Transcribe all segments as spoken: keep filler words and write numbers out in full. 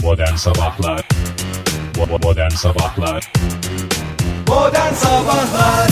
Modern Sabahlar Modern Sabahlar Modern Sabahlar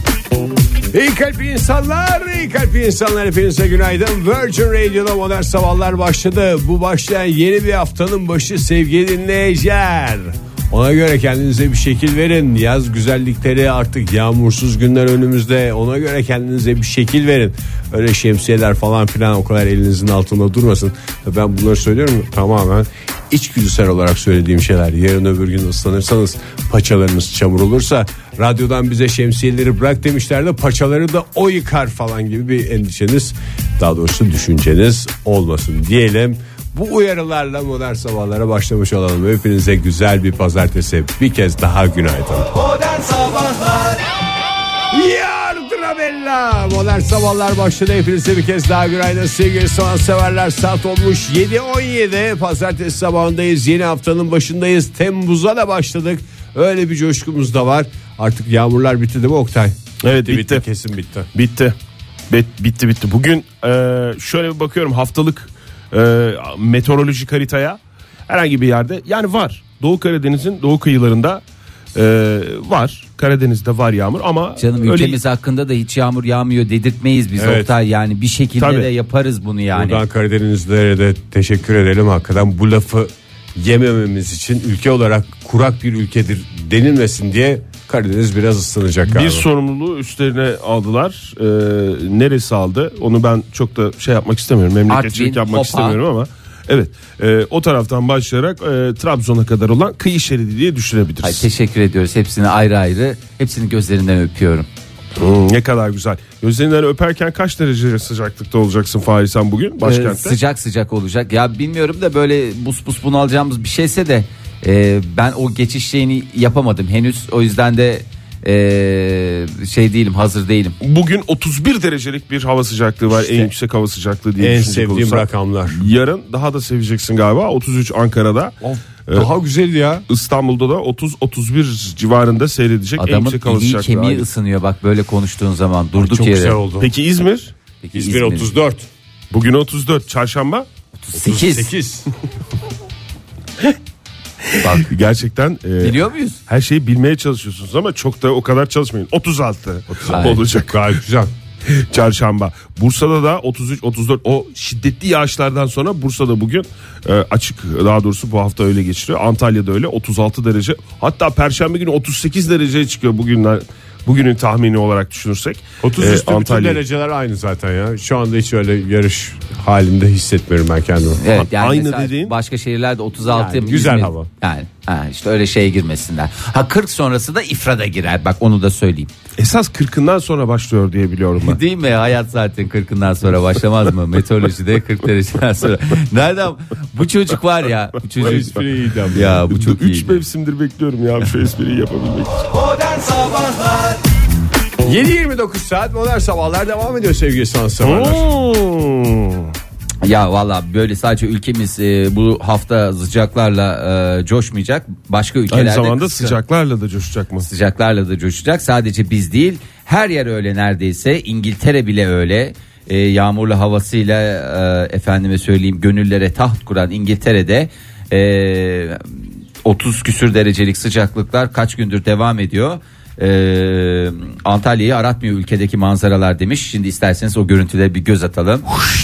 İyi kalp insanlar, iyi kalp insanlar, hepinize günaydın. Virgin Radio'da Modern Sabahlar başladı. Bu başlayan yeni bir haftanın başı sevgili dinleyiciler. Ona göre kendinize bir şekil verin. Yaz güzellikleri, artık yağmursuz günler önümüzde. Ona göre kendinize bir şekil verin. Öyle şemsiyeler falan filan o kadar elinizin altında durmasın. Ben bunları söylüyorum tamamen içgüdüsel olarak söylediğim şeyler. Yarın öbür gün ıslanırsanız, paçalarınız çamur olursa, radyodan bize şemsiyeleri bırak demişler de paçaları da o yıkar falan gibi bir endişeniz, daha doğrusu düşünceniz olmasın diyelim. Bu uyarılarla Modern Sabahlara başlamış olalım. Hepinize güzel bir pazartesi. Bir kez daha günaydın. Modern Sabahlar Yardıra bella. Modern Sabahlar başladı. Hepinize bir kez daha günaydın sevgili sanatseverler. Saat olmuş yedi on yedi. Pazartesi sabahındayız. Yeni haftanın başındayız. Temmuz'a da başladık. Öyle bir coşkumuz da var. Artık yağmurlar bitti değil mi Oktay? Evet bitti. bitti. Kesin bitti. Bitti. Bit, bitti bitti. Bugün e, şöyle bir bakıyorum haftalık e, meteorolojik haritaya. Herhangi bir yerde yani var. Doğu Karadeniz'in doğu kıyılarında e, var. Karadeniz'de var yağmur ama canım öyle... ülkemiz hakkında da hiç yağmur yağmıyor dedirtmeyiz biz Evet. Oktay, yani bir şekilde Tabii. de yaparız bunu yani. Buradan Karadenizlilere de teşekkür edelim. Hakikaten bu lafı yemememiz için ülke olarak kurak bir ülkedir denilmesin diye Karadeniz biraz ıslanacak galiba. Bir sorumluluğu üstlerine aldılar. E, neresi aldı? Onu ben çok da şey yapmak istemiyorum. Memleketçilik Artvin, yapmak Hopa. istemiyorum ama evet. E, o taraftan başlayarak e, Trabzon'a kadar olan kıyı şeridi diye düşünebiliriz. Ay, teşekkür ediyoruz hepsini ayrı ayrı, hepsini gözlerinden öpüyorum. Hmm, ne kadar güzel. Gözlerinden öperken kaç derece sıcaklıkta olacaksın Fahri sen bugün başkentte? Ee, sıcak sıcak olacak ya, bilmiyorum da böyle bus bus bunu alacağımız bir şeyse de e, ben o geçiş şeyini yapamadım henüz, o yüzden de e, şey değilim, hazır değilim. Bugün otuz bir derecelik bir hava sıcaklığı var, İşte en yüksek hava sıcaklığı diye en düşünecek sevdiğim olursak. rakamlar. Yarın daha da seveceksin galiba, otuz üç Ankara'da. Of, daha güzel ya. İstanbul'da da otuz otuz bir civarında seyredecek en Adamın yüksek hava iliği sıcaklığı. kemiği Aynı. ısınıyor bak böyle konuştuğun zaman, durduk Çok yere. güzel oldu. Peki İzmir? Peki İzmir İzmir otuz dört. Bugün otuz dört, çarşamba sekiz. sekiz. Bak, gerçekten e, biliyor muyuz? her şeyi bilmeye çalışıyorsunuz ama çok da o kadar çalışmayın. otuz altı altı. olacak. Gayet güzel. Çarşamba. Bursa'da da otuz üç otuz dört, o şiddetli yağışlardan sonra Bursa'da bugün e, açık, daha doğrusu bu hafta öyle geçiriyor. Antalya'da öyle otuz altı derece. Hatta Perşembe günü otuz sekiz dereceye çıkıyor bugünler. Bugünün tahmini olarak düşünürsek. otuz e, üstü bütün Antalya. dereceler aynı zaten ya. Şu anda hiç öyle yarış halinde hissetmiyorum ben kendimi. Evet, yani Aynı mesela dediğin- başka şehirlerde otuz altı Yani güzel İzmir- hava. Yani ha, işte öyle şeye girmesinler. Ha kırk sonrası da ifrada girer, bak onu da söyleyeyim. Esas kırkından sonra başlıyor diye biliyorum ben. Değil mi? Hayat zaten kırkından sonra başlamaz mı? Meteorolojide kırk dereceden sonra. Nereden? Bu çocuk var ya. Bu çocuk. espri iyiydi ama. Ya bu çok Üç iyi. mevsimdir bekliyorum ya şu espriyi yapabilmek için. Modern Sabahlar yedi yirmi dokuz saat Modern Sabahlar devam ediyor sevgili sanatseverler. Hmm. Ya valla böyle sadece ülkemiz e, bu hafta sıcaklarla e, coşmayacak. Başka ülkelerde Aynı zamanda kısa- sıcaklarla da coşacak mı? sıcaklarla da coşacak. Sadece biz değil, her yer öyle neredeyse. İngiltere bile öyle. E, yağmurlu havasıyla e, efendime söyleyeyim gönüllere taht kuran İngiltere'de e, otuz küsür derecelik sıcaklıklar kaç gündür devam ediyor. E, Antalya'yı aratmıyor ülkedeki manzaralar demiş. Şimdi isterseniz o görüntülere bir göz atalım.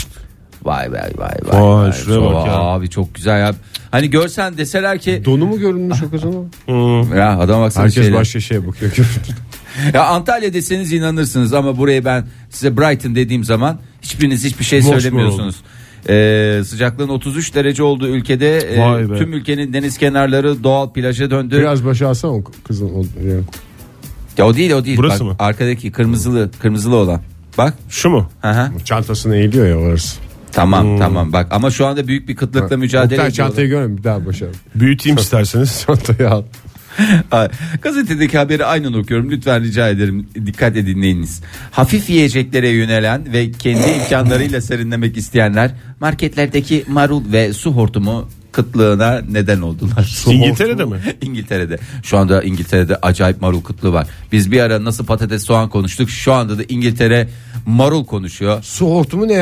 Vay vay vay vay. Vay, vay. şuraya bak ya. Abi çok güzel ya. Hani görsen deseler ki Donu mu görünmüş o kızın? ya adam baksana Herkes şeyler. başka şeye bakıyor. Ya Antalya deseniz inanırsınız ama buraya ben size Brighton dediğim zaman hiçbiriniz hiçbir şey Mosmor söylemiyorsunuz. Ee, sıcaklığın otuz üç derece olduğu ülkede e, Vay be. tüm ülkenin deniz kenarları doğal plaja döndü. Biraz başa alsana o kızın. O, yani. Ya o değil o değil. Burası Bak, mı? arkadaki kırmızılı kırmızılı olan. Bak. Şu mu? Hı hı. Çantasını eğiliyor ya orası. Tamam tamam bak ama şu anda büyük bir kıtlıkla mücadele Oktay ediyorlar. çantayı görmüyor bir daha başa al. Büyüteyim isterseniz. Çantayı al. Ay, gazetedeki haberi aynen okuyorum. Lütfen rica ederim dikkatle dinleyiniz. Hafif yiyeceklere yönelen ve kendi imkanlarıyla serinlemek isteyenler marketlerdeki marul ve su hortumu kıtlığına neden oldular. İngiltere'de mi? İngiltere'de. Şu anda İngiltere'de acayip marul kıtlığı var. Biz bir ara nasıl patates soğan konuştuk. Şu anda da İngiltere marul konuşuyor. Su hortumu ne ya?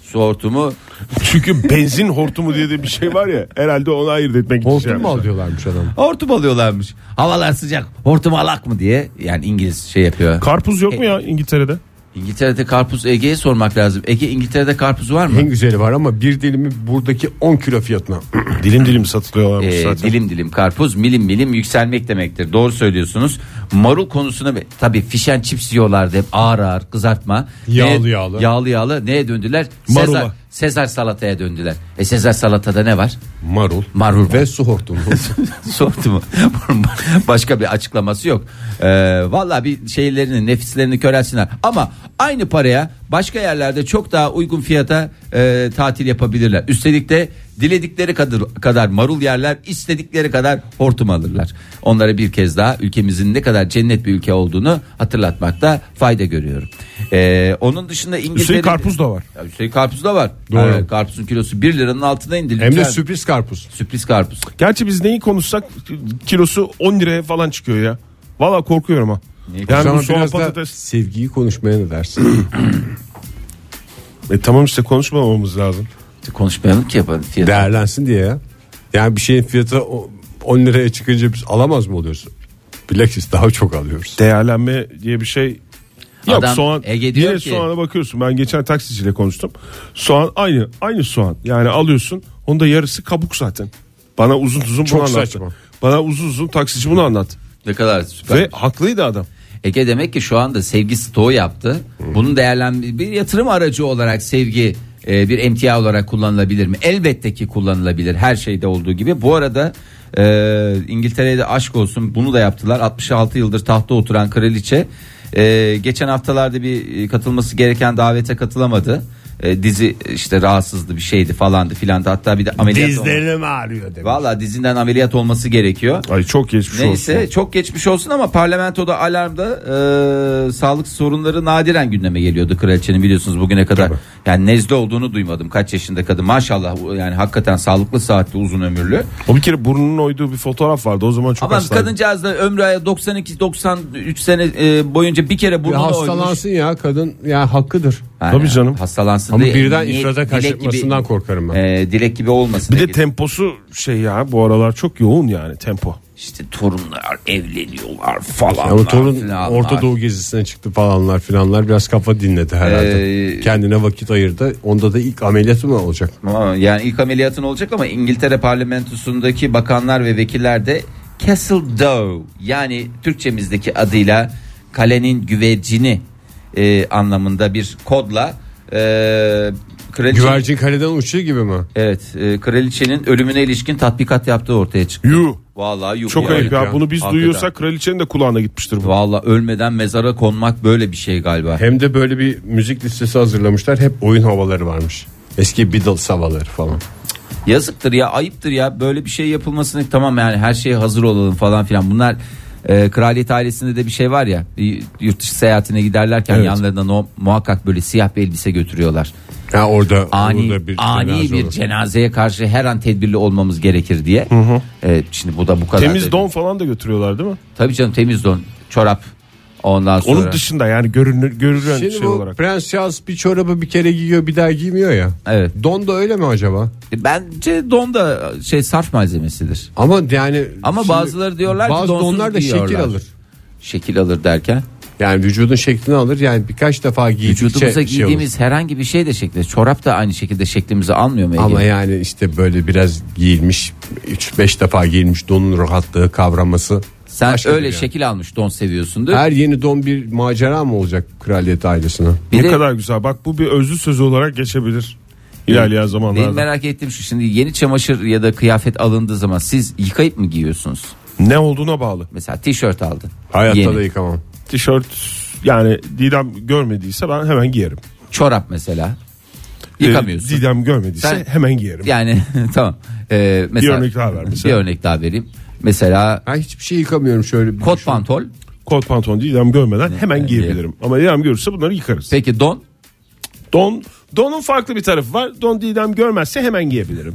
Su hortumu. Çünkü benzin hortumu diye de bir şey var ya. Herhalde onu ayırt etmek için. Hortum mu yapmışlar. alıyorlarmış adam? Hortum alıyorlarmış. Havalar sıcak. Hortum alak mı diye. Yani İngiliz şey yapıyor. Karpuz yok mu ya İngiltere'de? İngiltere'de karpuz, Ege'ye sormak lazım. Ege, İngiltere'de karpuz var mı? En güzeli var ama bir dilimi buradaki on kilo fiyatına. Dilim dilim satılıyorlarmış Ee, zaten. dilim dilim karpuz, milim milim yükselmek demektir. Doğru söylüyorsunuz. Marul konusuna tabii fish and chips yiyorlardı hep, ağır ağır kızartma. Yağlı Neye- yağlı. Yağlı yağlı. Neye döndüler? Marula. Sezar, Sezar salataya döndüler. E Sezar salatada ne var? Marul. Marul Ve var. su hortumu. Sordu mu? Başka bir açıklaması yok. Ee, vallahi bir şeylerini, nefislerini körelsinler. Ama aynı paraya başka yerlerde çok daha uygun fiyata e, tatil yapabilirler. Üstelik de diledikleri kadar, kadar marul yerler, istedikleri kadar hortum alırlar. Onlara bir kez daha ülkemizin ne kadar cennet bir ülke olduğunu hatırlatmakta fayda görüyorum. Ee, onun dışında İngiltere... Üstelik karpuz da var. Ya, üstelik karpuz da var. Doğru. Evet, karpuzun kilosu bir liranın altına indi. Hem de Lütfen. sürpriz karpuz. Sürpriz karpuz. Gerçi biz neyi konuşsak kilosu on liraya falan çıkıyor ya. Valla korkuyorum ha. Neyi O Yani zaman bu soğan biraz da patates. sevgiyi konuşmaya ne dersin? E tamam işte konuşmamamız lazım. Konuşmayalım ki yapalım fiyatı. Değerlensin diye ya. Yani bir şeyin fiyatı o- on liraya çıkınca biz alamaz mı oluyoruz? Bilakis daha çok alıyoruz. Değerlenme diye bir şey yok. Adam Soğan Ege diyor yine ki- soğana bakıyorsun. Ben geçen taksiciyle konuştum. Soğan aynı aynı soğan. Yani alıyorsun. Onun da yarısı kabuk zaten. Bana uzun uzun bunu Çok anlattı. saçma. Bana uzun uzun taksici bunu anlat. Ne kadar süper. Ve haklıydı adam. Ege demek ki şu anda sevgi stoğu yaptı. Bunun değerlenme bir yatırım aracı olarak sevgi e, bir emtia olarak kullanılabilir mi? Elbette ki kullanılabilir, her şeyde olduğu gibi. Bu arada e, İngiltere'de aşk olsun, bunu da yaptılar. altmış altı yıldır tahtta oturan kraliçe e, geçen haftalarda bir e, katılması gereken davete katılamadı. E, dizi işte rahatsızdı, bir şeydi falandı filandı, hatta bir de ameliyat oldu. Dizlerim ağrıyor demiş. Valla dizinden ameliyat olması gerekiyor. Ay çok geçmiş Neyse olsun. çok geçmiş olsun ama parlamentoda alarmda e, sağlık sorunları nadiren gündeme geliyordu kraliçenin, biliyorsunuz bugüne kadar. Tabii. Yani nezle olduğunu duymadım, kaç yaşında kadın maşallah, yani hakikaten sağlıklı, saatli, uzun ömürlü. O bir kere burnunun oyduğu bir fotoğraf vardı. O zaman çok Ama hastaydı. kadıncağız da ömrü doksan iki doksan üç sene e, boyunca bir kere Bir burnunu oymuş. hastalansın ya kadın, ya hakkıdır. Yani Tabii canım. Hastalansın Ama diye birden niyet- ifrata dilek kaçırmasından gibi- korkarım ben. E, dilek gibi olmasın. Bir de Ege. temposu şey ya, bu aralar çok yoğun yani tempo. İşte torunlar evleniyorlar falan. Ama torun Orta Doğu gezisine çıktı falanlar filanlar, biraz kafa dinledi herhalde. Ee, Kendine vakit ayırdı. Onda da ilk ameliyatı mı olacak? Ama yani ilk ameliyatın olacak ama İngiltere parlamentosundaki bakanlar ve vekiller de Castle Doe, yani Türkçemizdeki adıyla kalenin güvercini e, anlamında bir kodla e, kraliçe, Güvercin kaleden uçtuğu gibi mi? evet, e, kraliçenin ölümüne ilişkin tatbikat yaptığı ortaya çıktı. Yuh. Vallahi yuh. Çok yani. ayıp ya. ya. Bunu biz Hakikaten. duyuyorsak kraliçenin de kulağına gitmiştir bu. Vallahi ölmeden mezara konmak böyle bir şey galiba. Hem de böyle bir müzik listesi hazırlamışlar. Hep oyun havaları varmış. Eski Beatles havaları falan. Yazıktır ya, ayıptır ya, böyle bir şey yapılmasını, tamam yani her şeye hazır olalım falan filan. Bunlar e, kraliyet ailesinde de bir şey var ya, bir yurt dışı seyahatine giderlerken Evet. yanlarına no, muhakkak böyle siyah bir elbise götürüyorlar. Ha orada Ani orada bir ani cenaze bir olur. cenazeye karşı her an tedbirli olmamız gerekir diye. Evet, şimdi bu da bu kadar. Temiz da- don falan da götürüyorlar değil mi? Tabii canım, temiz don, çorap. Ondan sonra Onun dışında yani görünür görülen Şimdi şey bu olarak. Prens Charles bir çorabı bir kere giyiyor, bir daha giymiyor ya. Evet. Don da öyle mi acaba? bence don da şey sarf malzemesidir. Ama yani Ama şimdi bazıları diyorlar ki bazı donsuz donlar da şekil giyiyorlar. alır. Şekil alır derken Yani vücudun şeklini alır. Yani birkaç defa giydikçe vücudumuza şey giydiğimiz herhangi bir şey de şekli. Çorap da aynı şekilde şeklimizi almıyor mu Ege? olur. Ama yani işte böyle biraz giyilmiş, üç beş defa giyilmiş donun rahatlığı kavraması. Sen başkadır öyle yani. şekil almış don seviyorsundur. Her yeni don bir macera mı olacak kraliyet ailesine? Bir Ne de kadar güzel. Bak bu bir özlü sözü olarak geçebilir. İlerleyen benim zamanlarda. merak ettiğim şu, şimdi yeni çamaşır ya da kıyafet alındığı zaman siz yıkayıp mı giyiyorsunuz? Ne olduğuna bağlı. Mesela tişört aldın. Hayatta Yeni. da yıkamam. Tişört yani Didem görmediyse ben hemen giyerim. Çorap mesela. Ee, Yıkamıyorsun. Didem görmediyse Sen- hemen giyerim. Yani tamam. Ee, mesela, Bir örnek daha ver mesela. Bir örnek daha vereyim. Mesela Ben hiçbir şey yıkamıyorum şöyle. bir kot düşün. pantol. Kot pantolon Didem görmeden hemen Evet. giyebilirim. Ama Didem görürse bunları yıkarız. Peki don. Don Don'un farklı bir tarafı var. Don Didem görmezse hemen giyebilirim.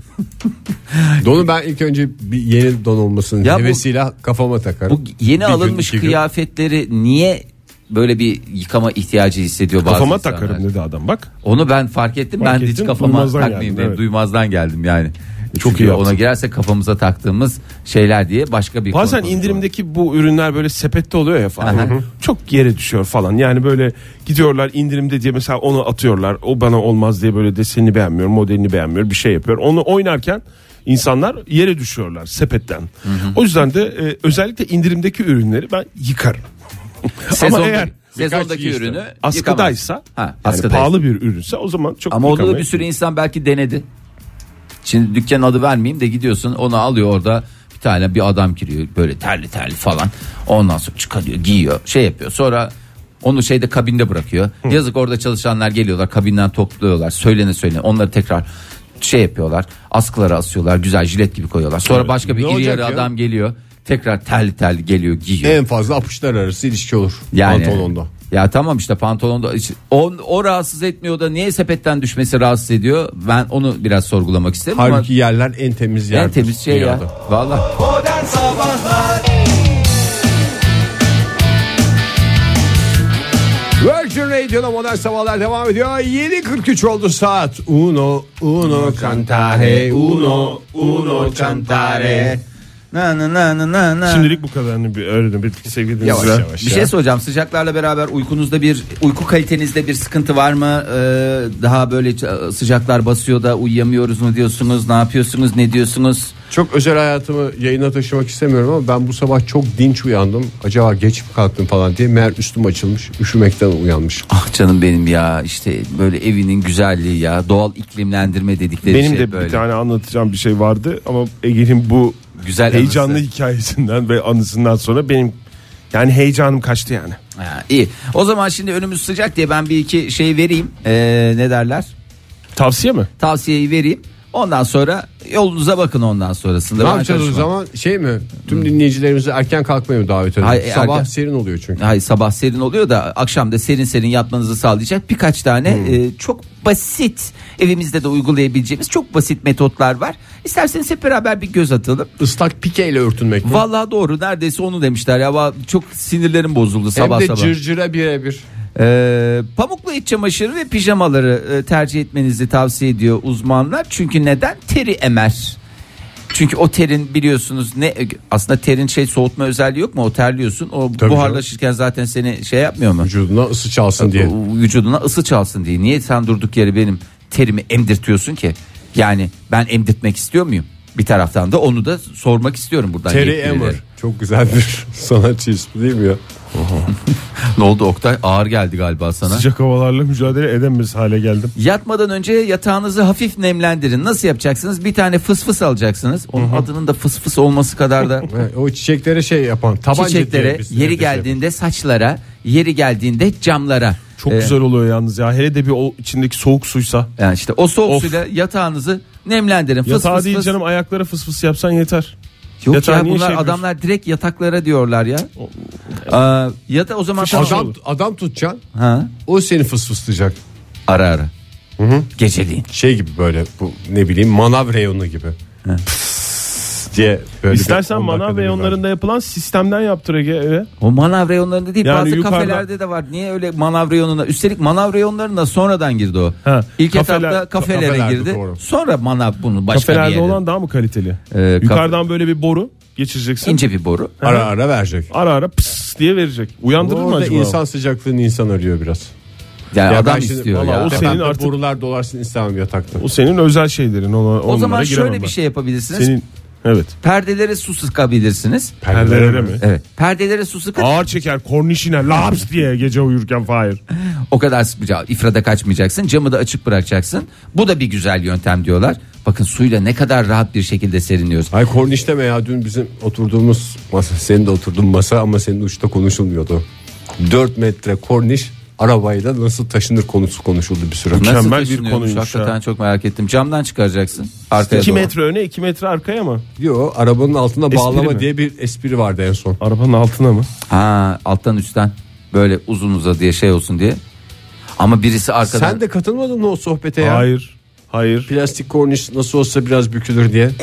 Donu ben ilk önce bir yeni don olmasının Ya bu- hevesiyle kafama takarım. Bu yeni Bir gün, alınmış iki gün. kıyafetleri niye böyle bir yıkama ihtiyacı hissediyor bazı Kafama insanlar. takarım dedi adam bak. Onu ben fark ettim. Fark ben hiç ettin, kafama duymazdan takmayayım geldin, dedim. evet. Duymazdan geldim yani. Çok Çünkü iyi ona yaptın. girerse kafamıza taktığımız şeyler diye başka bir Bazen konu indirimdeki bu ürünler böyle sepette oluyor ya falan. Aha. Çok yere düşüyor falan. Yani böyle gidiyorlar indirimde diye mesela onu atıyorlar. O bana olmaz diye böyle desenini beğenmiyor, modelini beğenmiyor, bir şey yapıyor. Onu oynarken insanlar yere düşüyorlar sepetten. O yüzden de e, özellikle indirimdeki ürünleri ben yıkarım. Sezonda, Ama eğer sezondaki birkaç ürünü askıdaysa, yıkamaz. Ha, yani askıdaysa. pahalı bir ürünse o zaman çok Ama onu da yıkamaya- bir sürü insan belki denedi. Şimdi dükkan adı vermeyeyim de gidiyorsun onu alıyor orada bir tane bir adam giriyor böyle terli terli falan. Ondan sonra çıkarıyor giyiyor şey yapıyor sonra onu şeyde kabinde bırakıyor. Yazık orada çalışanlar geliyorlar kabinden topluyorlar söylene söylene onları tekrar şey yapıyorlar askılara asıyorlar güzel jilet gibi koyuyorlar. Sonra Evet. başka bir Ne iri olacak yarı ya? adam geliyor tekrar terli terli geliyor giyiyor. En fazla apışlar arası ilişki olur Yani, pantolonda. Ya tamam işte pantolonda işte, o, o rahatsız etmiyor da niye sepetten düşmesi rahatsız ediyor ben onu biraz sorgulamak isterim ama Halbuki yerler en temiz yer. en temiz şey ya valla. Modern Sabahlar Virgin Radio'da Modern Sabahlar devam ediyor. yedi kırk üç oldu saat. Uno, uno cantare, uno, uno cantare. Na na na na na na. Şimdilik bu kadarını bir öğrenin bir sevgili Yavaş dinleyiciler. yavaş. bir şey soracağım sıcaklarla beraber uykunuzda bir uyku kalitenizde bir sıkıntı var mı? Ee, daha böyle sıcaklar basıyor da uyuyamıyoruz mu diyorsunuz? Ne yapıyorsunuz? Ne diyorsunuz? Çok özel hayatımı yayına taşımak istemiyorum ama ben bu sabah çok dinç uyandım. Acaba geç mi kalktım falan diye meğer üstüm açılmış. Üşümekten uyanmış. Ah canım benim ya işte böyle evinin güzelliği ya doğal iklimlendirme dedikleri Benim şey de böyle. bir tane anlatacağım bir şey vardı ama Ege'nin bu Güzel heyecanlı anısı. hikayesinden ve anısından sonra benim yani heyecanım kaçtı yani. Ha, iyi. O zaman şimdi önümüz sıcak diye ben bir iki şey vereyim. Ee, ne derler? Tavsiye mi? Tavsiyeyi vereyim. Ondan sonra yolunuza bakın ondan sonrasında. Ne Ben yapacağız o karışmam. zaman şey mi? Tüm dinleyicilerimizi erken kalkmaya mı davet edelim? Hayır, Sabah erken- serin oluyor çünkü. Hayır sabah serin oluyor da akşam da serin serin yatmanızı sağlayacak birkaç tane e, çok basit evimizde de uygulayabileceğimiz çok basit metotlar var. İsterseniz hep beraber bir göz atalım. Islak pikeyle örtünmek mi? Vallahi doğru neredeyse onu demişler ya Va- çok sinirlerim bozuldu Hem sabah de sabah. cırcıra birebir. Ee, pamuklu iç çamaşırı ve pijamaları e, tercih etmenizi tavsiye ediyor uzmanlar. Çünkü neden? Teri emer. Çünkü o terin biliyorsunuz ne aslında terin şey soğutma özelliği yok mu? O terliyorsun. O Tabii buharlaşırken zaten seni şey yapmıyor mu? Vücuduna ısı çalsın diye. O vücuduna ısı çalsın diye. Niye sen durduk yere benim terimi emdirtiyorsun ki? Yani ben emdirtmek istiyor muyum? Bir taraftan da onu da sormak istiyorum buradan. Terry yetkililere. Emmer. Çok güzel bir sanatçı ismi değil mi ya? Ne oldu Oktay? Ağır geldi galiba sana. Sıcak havalarla mücadele edemez hale geldim. Yatmadan önce yatağınızı hafif nemlendirin. Nasıl yapacaksınız? Bir tane fıs fıs alacaksınız. Onun adının da fıs fıs olması kadar da Evet, o çiçeklere şey yapan tabanca diye çiçeklere, biz yeri nefes geldiğinde saçlara, yeri geldiğinde camlara. Çok Ee, güzel oluyor yalnız ya. Hele de bir o içindeki soğuk suysa. Yani işte o soğuk Of. suyla yatağınızı nemlendirin. Fıs Yatağa fıs değil fıs. canım ayaklara fıs fıs yapsan yeter. Yok Yatağa ya niye bunlar şey yapıyorsun? adamlar direkt yataklara diyorlar ya. Aa, ya da o zaman yapıyor. Adam, adam tutacaksın. ha, O seni fısfıslayacak. ara ara. Geceliğin. Şey gibi böyle bu ne bileyim manav reyonu gibi. Pıs diye böyle bir İstersen on manav dakikada bir reyonlarında yapılan sistemden yaptır Ege eve. O manav reyonlarında değil Yani bazı yukarıda- kafelerde de var. Niye öyle manav reyonuna? Üstelik manav reyonlarına sonradan girdi o. Ha, İlk kafeler- etapta kafelere kafelerde girdi. doğru. Sonra manav bunu başka bir Kafelerde yere. olan daha mı kaliteli? Ee, Yukarıdan böyle bir boru geçireceksin. ince bir boru. Ara ara verecek. Ara ara pıs diye verecek. Uyandırır mı Orada acaba? insan sıcaklığını insan arıyor biraz. Yani Ya adam ben şimdi istiyor vallahi ya. o senin senin artık- borular dolarsın istemem yatakta. O senin özel şeylerin. Ona, O zaman şöyle bir şey yapabilirsiniz. Senin evet. Perdelere su sıkabilirsiniz. Perdelere mi? Evet. Perdelere su sıkın. Ağır çeker kornişine laps diye gece uyurken Fahir. O kadar sıkmayacaksın. İfrada kaçmayacaksın. Camı da açık bırakacaksın. Bu da bir güzel yöntem diyorlar. Bakın suyla ne kadar rahat bir şekilde seriniyoruz. Ay korniş deme ya dün bizim oturduğumuz masa senin de oturduğun masa ama senin uçta konuşulmuyordu. dört metre korniş arabayla nasıl taşınır konusu konuşuldu bir süre. Nasıl Mükemmel bir taşınıyormuş? konuymuş Hakikaten ya. çok merak ettim. Camdan çıkaracaksın. Arkaya iki doğru. metre öne iki metre arkaya mı? Yo arabanın altına Espri bağlama mi? diye bir espri vardı en son. Arabanın altına mı? Ha, alttan üstten böyle uzun uza diye şey olsun diye. Ama birisi arkadan. Sen de katılmadın mı o sohbete ya? Hayır. Hayır. Plastik korniş nasıl olsa biraz bükülür diye.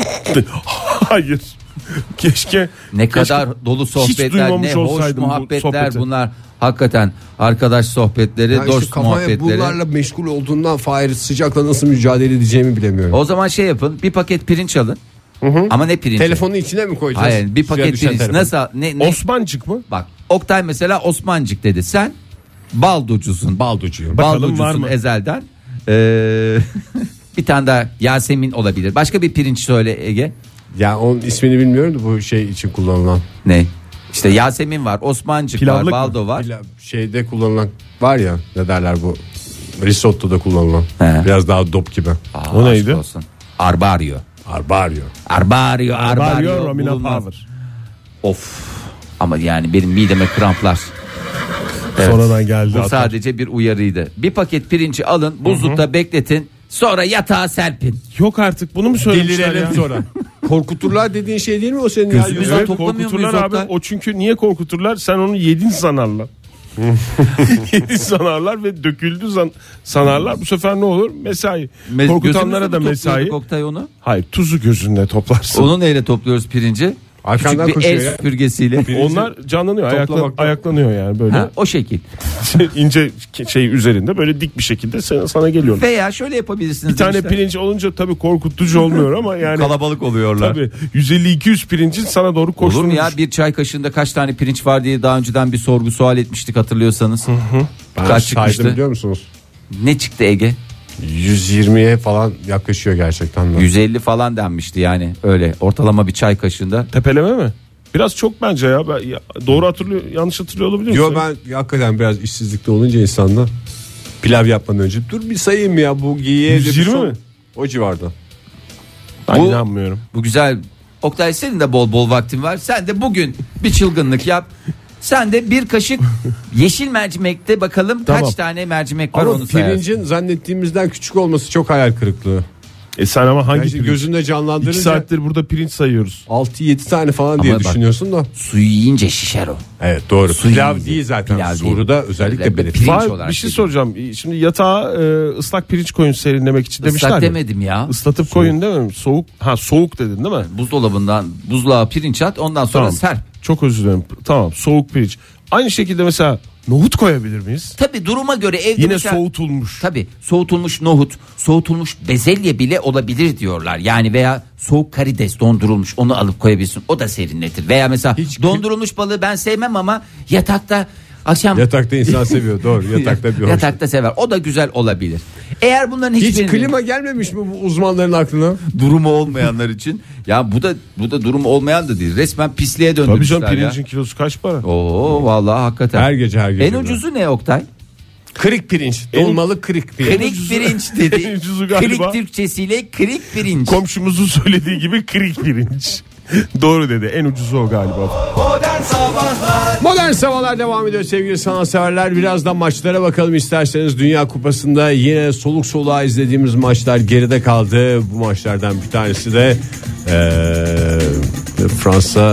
Hayır. Keşke Ne keşke kadar dolu hiç sohbetler, duymamış ne hoş olsaydım bu muhabbetler sohbeti. bunlar. Hakikaten arkadaş sohbetleri, Yani işte dost kafaya muhabbetleri. bunlarla meşgul olduğundan Fahir sıcakla nasıl mücadele edeceğimi bilemiyorum. O zaman şey yapın, bir paket pirinç alın. Ama ne pirinç? Telefonu içine mi koyacağız? Hayır, bir Suya paket düşen pirinç telefon. nasıl ne, ne? Osmancık mı? Bak Oktay mesela Osmancık dedi. Sen baldocusun. Balducuyum. Bakalım Baldocusun var mı? ezelden. Ee, bir tane daha Yasemin olabilir. Başka bir pirinç söyle Ege. Ya onun ismini bilmiyorum da bu şey için kullanılan. Ne? İşte Yasemin var, Osmancık Pilavlık mı? var, baldo var. Pilav- Şeyde kullanılan var ya, ne derler bu, risottoda kullanılan. He. Biraz daha dop gibi. Aa, O neydi? aşk olsun. Arbario. Arbario. Arbario, Arbario, Arbario. Romina bulunmaz. Power. Of. Ama yani benim mideme kramplar. Evet. Sonradan geldi. Bu hatta. sadece bir uyarıydı. Bir paket pirinci alın, buzlukta bekletin. Sonra yatağa serpin. Yok artık bunu mu söylemişler Delirelim ya? sonra. Korkuturlar dediğin şey değil mi o senin Gözümüz- ya? Evet, toplamıyor korkuturlar muyuz abi. Oktay? O çünkü niye korkuturlar? Sen onu yedin sanarlar. yedin sanarlar ve döküldü san- sanarlar. Bu sefer ne olur? Mesai. Me- Korkutanlara gözümüzle da mi mesai. topluyorduk Oktay onu? Hayır, tuzu gözünle toplarsın. Onu neyle topluyoruz pirinci? Arkandan Küçük bir koşuyor el ya. süpürgesiyle. Onlar canlanıyor, ayakla- toplamaktan. ayaklanıyor yani böyle. Ha, o şekil. ince şey üzerinde böyle dik bir şekilde sana, sana geliyor. Veya şöyle yapabilirsiniz. Bir tane demişler. pirinç olunca tabii korkutucu olmuyor ama yani Kalabalık oluyorlar. tabii yüz elli iki yüz pirincin sana doğru Olur mu koştuğunu ya, düşün. bir çay kaşığında kaç tane pirinç var diye daha önceden bir sorgu sual etmiştik, hatırlıyorsanız. Ben Kaç saydım çıkmıştı? biliyor musunuz? Ne çıktı Ege? yüz yirmiye falan yaklaşıyor gerçekten. de. yüz elli falan denmişti yani, öyle ortalama bir çay kaşığında. Tepeleme mi? Biraz çok bence ya. Ben, ya doğru hatırlıyor, yanlış hatırlıyor olabilir misin? Yo, ben hakikaten biraz işsizlikte olunca insanda pilav yapmadan önce dur bir sayayım ya, bu giyiye yüz yirmi mi? O civarda. Ben Bu- inanmıyorum. Bu güzel. Oktay, senin de bol bol vaktin var. Sen de bugün bir çılgınlık yap. Sen de bir kaşık yeşil mercimekte bakalım Tamam. kaç tane mercimek var, Ama onu sayarsın. pirincin zannettiğimizden küçük olması çok hayal kırıklığı. E sen ama hangi Yani pirinç? gözünde İki canlandırınca saattir burada pirinç sayıyoruz. altı yedi tane falan diye Ama bak- düşünüyorsun da. Suyu yiyince şişer o. Evet doğru. Suyu Pilav yiyince. değil zaten. Pilav değil. Soruda özellikle Pilav- belirtti. pirinç Var, olarak bir şey dedi. soracağım. Şimdi yatağa e, ıslak pirinç koyun serinlemek için demişler Islak mi? demedim ya. Islatıp koyun değil mi? Soğuk. Ha, soğuk dedin değil mi? Buzdolabından buzluğa pirinç at, ondan sonra Tamam. serp. Çok özür dilerim. Tamam, soğuk pirinç. Aynı şekilde mesela nohut koyabilir miyiz? Tabi duruma göre evde Yine mesela, soğutulmuş. tabi soğutulmuş nohut, soğutulmuş bezelye bile olabilir diyorlar. Yani veya soğuk karides dondurulmuş, onu alıp koyabilirsin. O da serinletir. Veya mesela Hiç- dondurulmuş balığı ben sevmem ama yatakta akşam Yatakta insan seviyor doğru. Yatakta bir hoş. yatakta sever. O da güzel olabilir. Eğer bunların Hiç hiçbirinin klima gelmemiş mi bu uzmanların aklına? durumu olmayanlar için, ya bu da bu da durumu olmayan da değil. Resmen pisliğe Tabii döndürmüşler canım, ya. pirincin kilosu kaç para? Oo vallahi hakikaten. Her gece her gece. En ucuzu ne Oktay? Kırık pirinç. Dolmalı kırık pirinç. Kırık ucuzu- pirinç en dedi. ucuzu galiba. Kırık Türkçesiyle kırık pirinç. Komşumuzun söylediği gibi kırık pirinç. Doğru dedi. En ucuzu o galiba. Modern Sabahlar Modern Sabahlar devam ediyor sevgili sanatseverler. Birazdan maçlara bakalım isterseniz. Dünya Kupası'nda yine soluk soluğa izlediğimiz maçlar geride kaldı. Bu maçlardan bir tanesi de eee, Fransa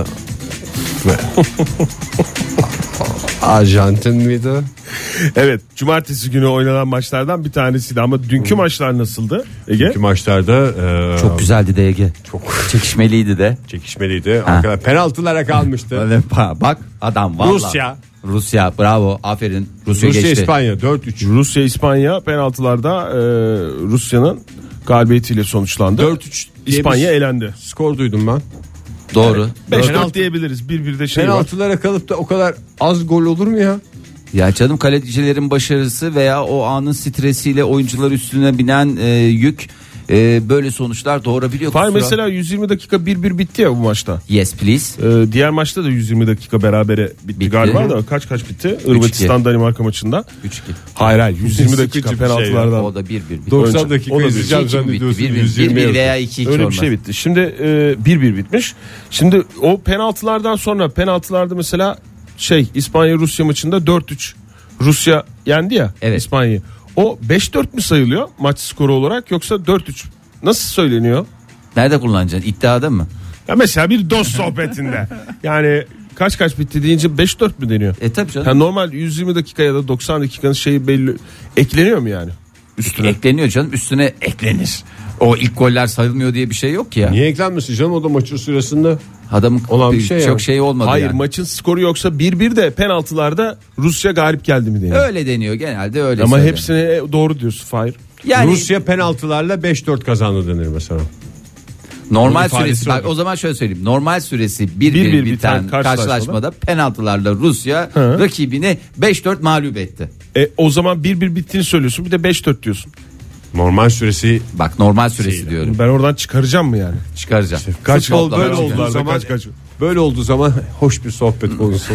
Arjantin miydi? Evet, cumartesi günü oynanan maçlardan bir tanesiydi ama dünkü maçlar nasıldı Ege? İki maçlarda eee, Çok güzeldi de Ege. çok Çekişmeliydi de. çekişmeliydi. Arkadaşlar penaltılara kalmıştı. Öyle pa- bak adam vallahi. Rusya. Rusya bravo, aferin. Rusya, Rusya geçti. İspanya dört üç. Rusya İspanya penaltılarda e, Rusya'nın galibiyetiyle sonuçlandı. dört üç diye İspanya bir elendi. skor duydum ben. Doğru. beş Penaltı- dört diyebiliriz. Bir bir de şey var. Penaltılara kalıp da o kadar az gol olur mu ya? Ya canım, kalecilerin başarısı veya o anın stresiyle oyuncular üstüne binen e, yük e, böyle sonuçlar doğurabiliyor. Fay kusura. mesela yüz yirmi dakika bir bir bitti ya bu maçta. Yes please. Ee, diğer maçta da yüz yirmi dakika berabere bitti, Bitti. galiba da kaç kaç bitti? Hırvatistan Danimarka maçında. üç iki. Hayır hayır yüz yirmi dakika Sıkıcı bir şey penaltılardan. O da bir bir bitti. doksan Önce- dakika o da izleyeceğim iki iki mi bitti? zannediyorsun. Bir bir, yüz bir yirmi bir yazıyor. veya iki iki Öyle bir olmaz. şey bitti. Şimdi e, bir bir bitmiş. Şimdi o penaltılardan sonra penaltılarda mesela şey İspanya Rusya maçında dört üç Rusya yendi ya Evet. İspanya'yı. O beş dört mü sayılıyor maç skoru olarak yoksa dört üç nasıl söyleniyor? Nerede kullanacaksın? İddiada mı? Ya mesela bir dost sohbetinde. Yani kaç kaç bitti deyince beş dört mü deniyor? E tabii canım. Yani normal yüz yirmi dakika ya da doksan dakikanın şeyi belli ekleniyor mu yani üstüne? Ekleniyor canım, üstüne eklenir. O ilk goller sayılmıyor diye bir şey yok ki ya. Niye eklenmesin canım, o da maçın süresinde Adamın olan bir bir şey çok yani. şey olmadı Hayır, yani. maçın skoru yoksa bir bir de penaltılarda Rusya galip geldi mi deniyor. Öyle deniyor genelde, öyle Ama söyle. hepsine doğru diyorsun Fahir. yani Rusya penaltılarla beş dört kazandı denir mesela. normal Onun ifadesi süresi bak, olur. o zaman şöyle söyleyeyim. Normal süresi bir Bir bir bir biten biten karşılaşmada, karşılaşmada penaltılarla Rusya Hı. rakibini beş dört mağlup etti. E, o zaman bir bir bittiğini söylüyorsun, bir de beş dört diyorsun. Normal süresi Bak normal süresi diyorum. Ben oradan çıkaracağım mı yani? Çıkaracağım. kaç Futbolda böyle var. olduğu zaman kaç, kaç. böyle olduğu zaman hoş bir sohbet konusu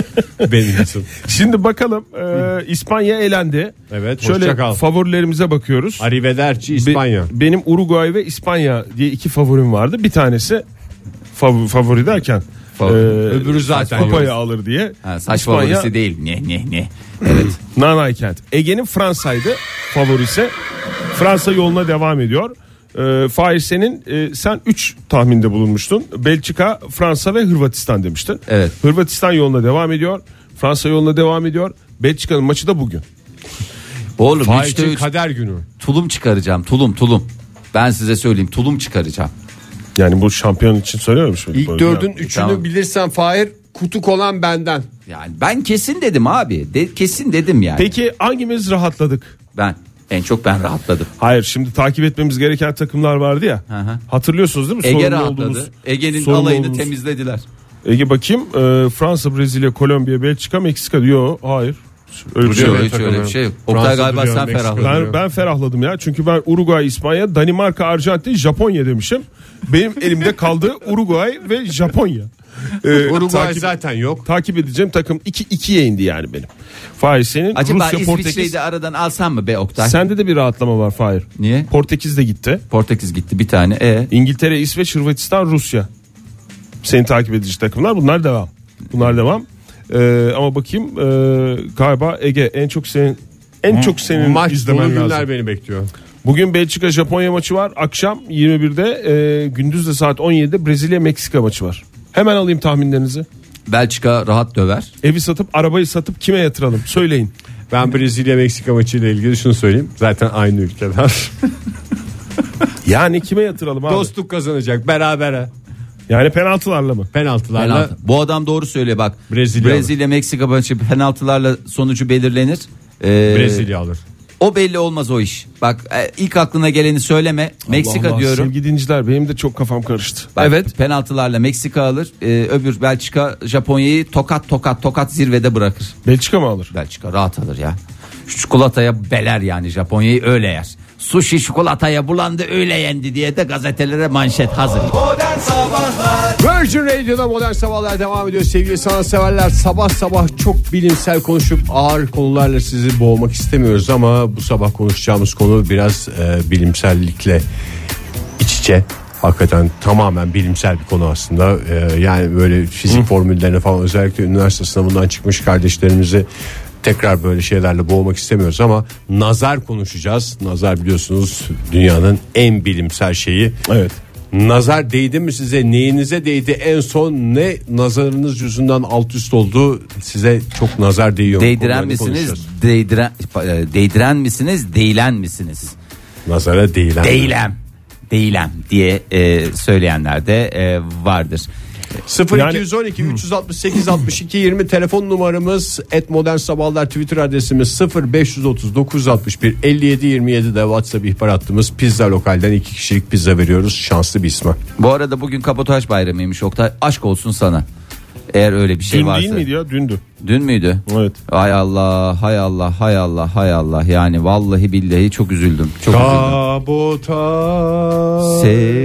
benim için. Şimdi bakalım, e, İspanya elendi. Evet, Şöyle hoşça kal. favorilerimize bakıyoruz. Arrivederci Be- İspanya. benim Uruguay ve İspanya diye iki favorim vardı. Bir tanesi fav- favori derken Favori. e, Öbürü zaten kupayı yok. alır diye. Ha, saç İspanya, favorisi değil. Ne ne ne. Evet. Nanay Kent. Ege'nin Fransa'ydı favorisi. Fransa yoluna devam ediyor. E, Fahir senin e, sen üç tahminde bulunmuştun. Belçika, Fransa ve Hırvatistan demiştin. Evet. Hırvatistan yoluna devam ediyor. Fransa yoluna devam ediyor. Belçika'nın maçı da bugün. Oğlum Fahir üçte için üç kader günü. tulum çıkaracağım. Tulum tulum. Ben size söyleyeyim, tulum çıkaracağım. Yani bu şampiyon için söylüyorum şimdi. İlk dördün üçünü Tamam. bilirsen Fahir, kutuk olan benden. Yani ben kesin dedim abi. De, kesin dedim yani. Peki hangimiz rahatladık? Ben en çok ben rahatladım. Hayır, şimdi takip etmemiz gereken takımlar vardı ya. Hı hı. Hatırlıyorsunuz değil mi? Ege Sorumlu rahatladı. olduğunuz- Ege'nin sorumlu alayını olduğunuz- temizlediler. Ege bakayım. e, Fransa, Brezilya, Kolombiya, Belçika, Meksika diyor. Hayır. Öyle bir şey Hiç yok. öyle, hiç öyle bir şey yok. Oktay Fransa galiba duruyor, sen Meksika ferahladın. Ben, ben ferahladım ya. Çünkü ben Uruguay, İspanya, Danimarka, Arjantin, Japonya demişim. Benim elimde kaldı Uruguay ve Japonya. Ee, Uruguay takip, zaten yok. takip edeceğim takım iki ikiye indi yani benim. Fahir senin Acaba Rusya, İsviçre'yi Portekiz. de aradan alsam mı be Oktay? Sende de bir rahatlama var Fahir. Niye? Portekiz de gitti. Portekiz gitti bir tane. E İngiltere, İsveç, Hırvatistan, Rusya. Senin takip edici takımlar, bunlar devam. Bunlar devam. Ee, ama bakayım e, galiba Ege en çok senin en çok senin Maç dolu izlemen günler lazım. beni bekliyor. Bugün Belçika Japonya maçı var. Akşam yirmi birde, e, gündüz de saat on yedide Brezilya Meksika maçı var. Hemen alayım tahminlerinizi. Belçika rahat döver. Evi satıp arabayı satıp kime yatıralım? Söyleyin. Ben Brezilya Meksika maçıyla ilgili şunu söyleyeyim. Zaten aynı ülkeler. Yani kime yatıralım abi? Dostluk kazanacak berabere. Yani penaltılarla mı? Penaltılarla. Penaltı. Bu adam doğru söylüyor bak. Brezilya Brezilya Meksika maçı penaltılarla sonucu belirlenir. Ee, Brezilya alır. O belli olmaz o iş. Bak e, ilk aklına geleni söyleme. Meksika Allah Allah, diyorum. sevgili dinciler, benim de çok kafam karıştı. Bak, Evet. penaltılarla Meksika alır. Ee, öbür Belçika Japonya'yı tokat tokat tokat zirvede bırakır. Belçika mı alır? Belçika rahat alır ya. Şu çikolataya beler yani, Japonya'yı öyle yer. Sushi çikolataya bulandı öyle yendi diye de gazetelere manşet hazır. Modern Sabahlar Virgin Radio'da Modern Sabahlar devam ediyor. Sevgili sanatseverler, sabah sabah çok bilimsel konuşup ağır konularla sizi boğmak istemiyoruz ama bu sabah konuşacağımız konu biraz e, bilimsellikle iç içe. Hakikaten tamamen bilimsel bir konu aslında. E, yani böyle fizik formüllerine falan, özellikle üniversite sınavından çıkmış kardeşlerimizi tekrar böyle şeylerle boğmak istemiyoruz ama nazar konuşacağız. Nazar biliyorsunuz dünyanın en bilimsel şeyi. Evet. Nazar değdi mi size? Neyinize değdi? En son ne nazarınız yüzünden alt üst oldu? Size çok nazar değiyor mu? Değdiren Konularını misiniz? konuşacağız. Değdiren, e, değdiren misiniz? Değilen misiniz? Nazara değilen. Değilem. Değilem diye e, söyleyenler de e, vardır. sıfır iki on iki üç altı sekiz altmış iki yirmi telefon numaramız, et modern sabahlar Twitter adresimiz, sıfır beş otuz dokuz altmış bir elli yedi yirmi yedi de WhatsApp ihbar hattımız. Pizza Lokal'den iki kişilik pizza veriyoruz, şanslı bir isme. Bu arada bugün Kabotaj Bayramı'ymış Oktay. Aşk olsun sana. Eğer öyle bir şey Dün varsa. değil miydi ya? Dündü. Dün müydü? Evet. Hay Allah, hay Allah, hay Allah, hay Allah. Yani vallahi billahi çok üzüldüm. Çok üzüldüm. Kabotaj.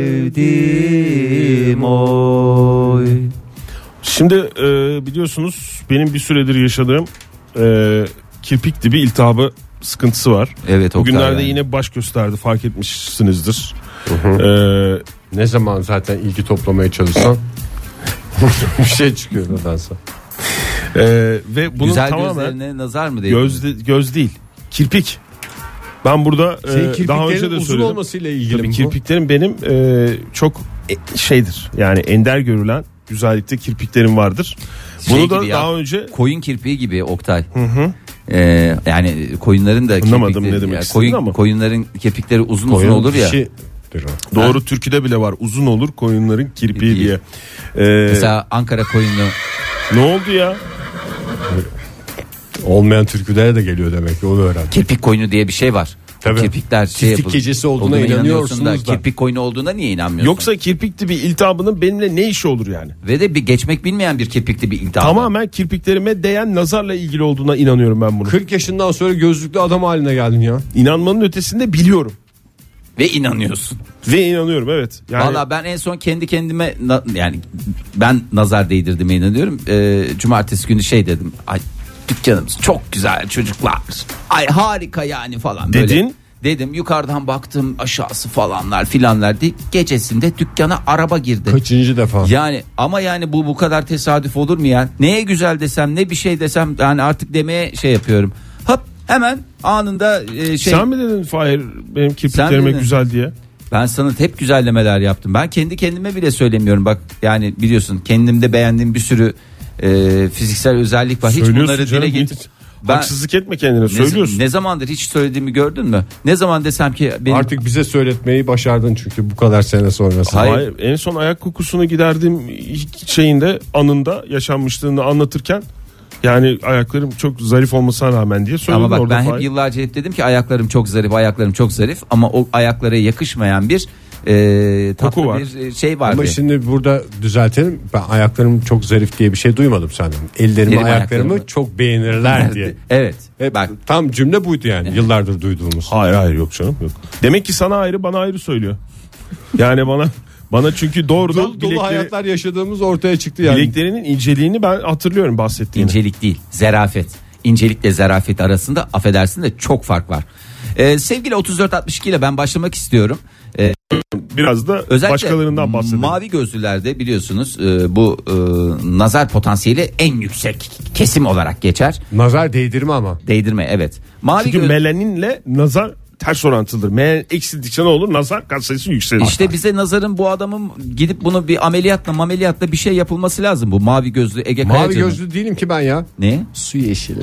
Sevdim oy. Şimdi e, biliyorsunuz benim bir süredir yaşadığım e, kirpik dibi iltihabı sıkıntısı var. Evet, Oktay Bugünlerde yani. yine baş gösterdi, fark etmişsinizdir. E, Ne zaman zaten ilgi toplamaya çalışsan bir şey çıkıyor nedense. e, ve bunun Güzel tamamen gözlerine nazar mı değdi? göz, göz değil, kirpik. Ben burada Senin e, daha önce kirpiklerin de uzun söyledim. olmasıyla ilgili Tabii mi bu? kirpiklerim benim e, çok e, şeydir. Yani ender görülen güzellikte kirpiklerim vardır. Şey Bunu da gibi ya, daha önce koyun kirpiği gibi Oktay. Ee, yani koyunların da Anlamadım kirpikleri- ne demek yani istediğini koyun, ama. koyunların kirpikleri uzun Koyun uzun olur ya. dişi Doğru, türküde bile var. Uzun olur koyunların kirpiği diye. Ee, Mesela Ankara koyunu. Ne oldu ya? Olmayan türkülere de geliyor demek ki, onu öğrendim. Kirpik koyunu diye bir şey var. Tabii. O kirpikler şey Çiftlik yapılır. gecesi olduğuna inanıyorsunuz da. Kirpik koyunu olduğuna niye inanmıyorsun? Yoksa kirpikli bir iltihabının benimle ne işi olur yani? Ve de bir geçmek bilmeyen bir kirpikli bir iltihap. Tamamen kirpiklerime değen nazarla ilgili olduğuna inanıyorum ben bunu. kırk yaşından sonra gözlüklü adam haline geldin ya. İnanmanın ötesinde biliyorum. Ve inanıyorsun. Ve inanıyorum, evet. Yani... Valla ben en son kendi kendime na- yani ben nazar değdirdiğime inanıyorum. Ee, cumartesi günü şey dedim. Ay dükkanımız çok güzel çocuklar. Ay harika yani falan. Böyle. Dedin? Dedim, yukarıdan baktım aşağısı falanlar filanlar diye, gecesinde dükkana araba girdi. Kaçıncı defa? Yani ama yani bu bu kadar tesadüf olur mu ya? Neye güzel desem, ne bir şey desem, yani artık demeye şey yapıyorum. Hop hemen anında e, şey. Sen mi dedin Fahir benim Sen kirpiklerime dedin. güzel diye? Ben sana hep güzellemeler yaptım. Ben kendi kendime bile söylemiyorum. Bak yani biliyorsun kendimde beğendiğim bir sürü e, fiziksel özellik var. Hiç Söylüyorsun bunları canım, dile hiç getir. Ben haksızlık etme kendine, ne, söylüyorsun. ne zamandır hiç söylediğimi gördün mü? Ne zaman desem ki benim... Artık bize söyletmeyi başardın çünkü bu kadar sene sonrası. Hayır. Hayır, en son ayak kokusunu giderdiğim şeyinde, anında yaşanmışlığını anlatırken yani ayaklarım çok zarif olmasına rağmen diye söyledim. Ama bak orada ben hep Fahir. yıllarca hep dedim ki ayaklarım çok zarif, ayaklarım çok zarif, ama o ayaklara yakışmayan bir e, tatlı Koku var. bir şey vardı. Ama şimdi burada düzeltelim. Ben ayaklarım çok zarif diye bir şey duymadım senden. Ellerimi, Benim ayaklarımı ayaklarımı- çok beğenirler diye. Evet. Hep Bak tam cümle buydu yani, yıllardır duyduğumuz. Hayır hayır, yok canım, yok. Demek ki sana ayrı, bana ayrı söylüyor. Yani bana bana çünkü doğrudan Dolu dolu bilekleri- hayatlar yaşadığımız ortaya çıktı yani. bileklerinin inceliğini ben hatırlıyorum bahsettiğini. İncelik değil, zarafet. İncelikle zarafet arasında affedersin de çok fark var. Ee, sevgili otuz dört altmış iki ile ben başlamak istiyorum. Ee, Biraz da özellikle başkalarından bahsedelim. mavi gözlülerde biliyorsunuz e, bu e, nazar potansiyeli en yüksek kesim olarak geçer. Nazar değdirme ama. Değdirme, evet. Mavi Çünkü göz... melaninle nazar ters orantılıdır. Melanin eksildikçe ne olur? Nazar katsayısı yükselir. İşte bize nazarın, bu adamın gidip bunu bir ameliyatla ameliyatla bir şey yapılması lazım. Bu mavi gözlü Ege Mavi Kayacan'ın. gözlü değilim ki ben ya. Ne? Su yeşili.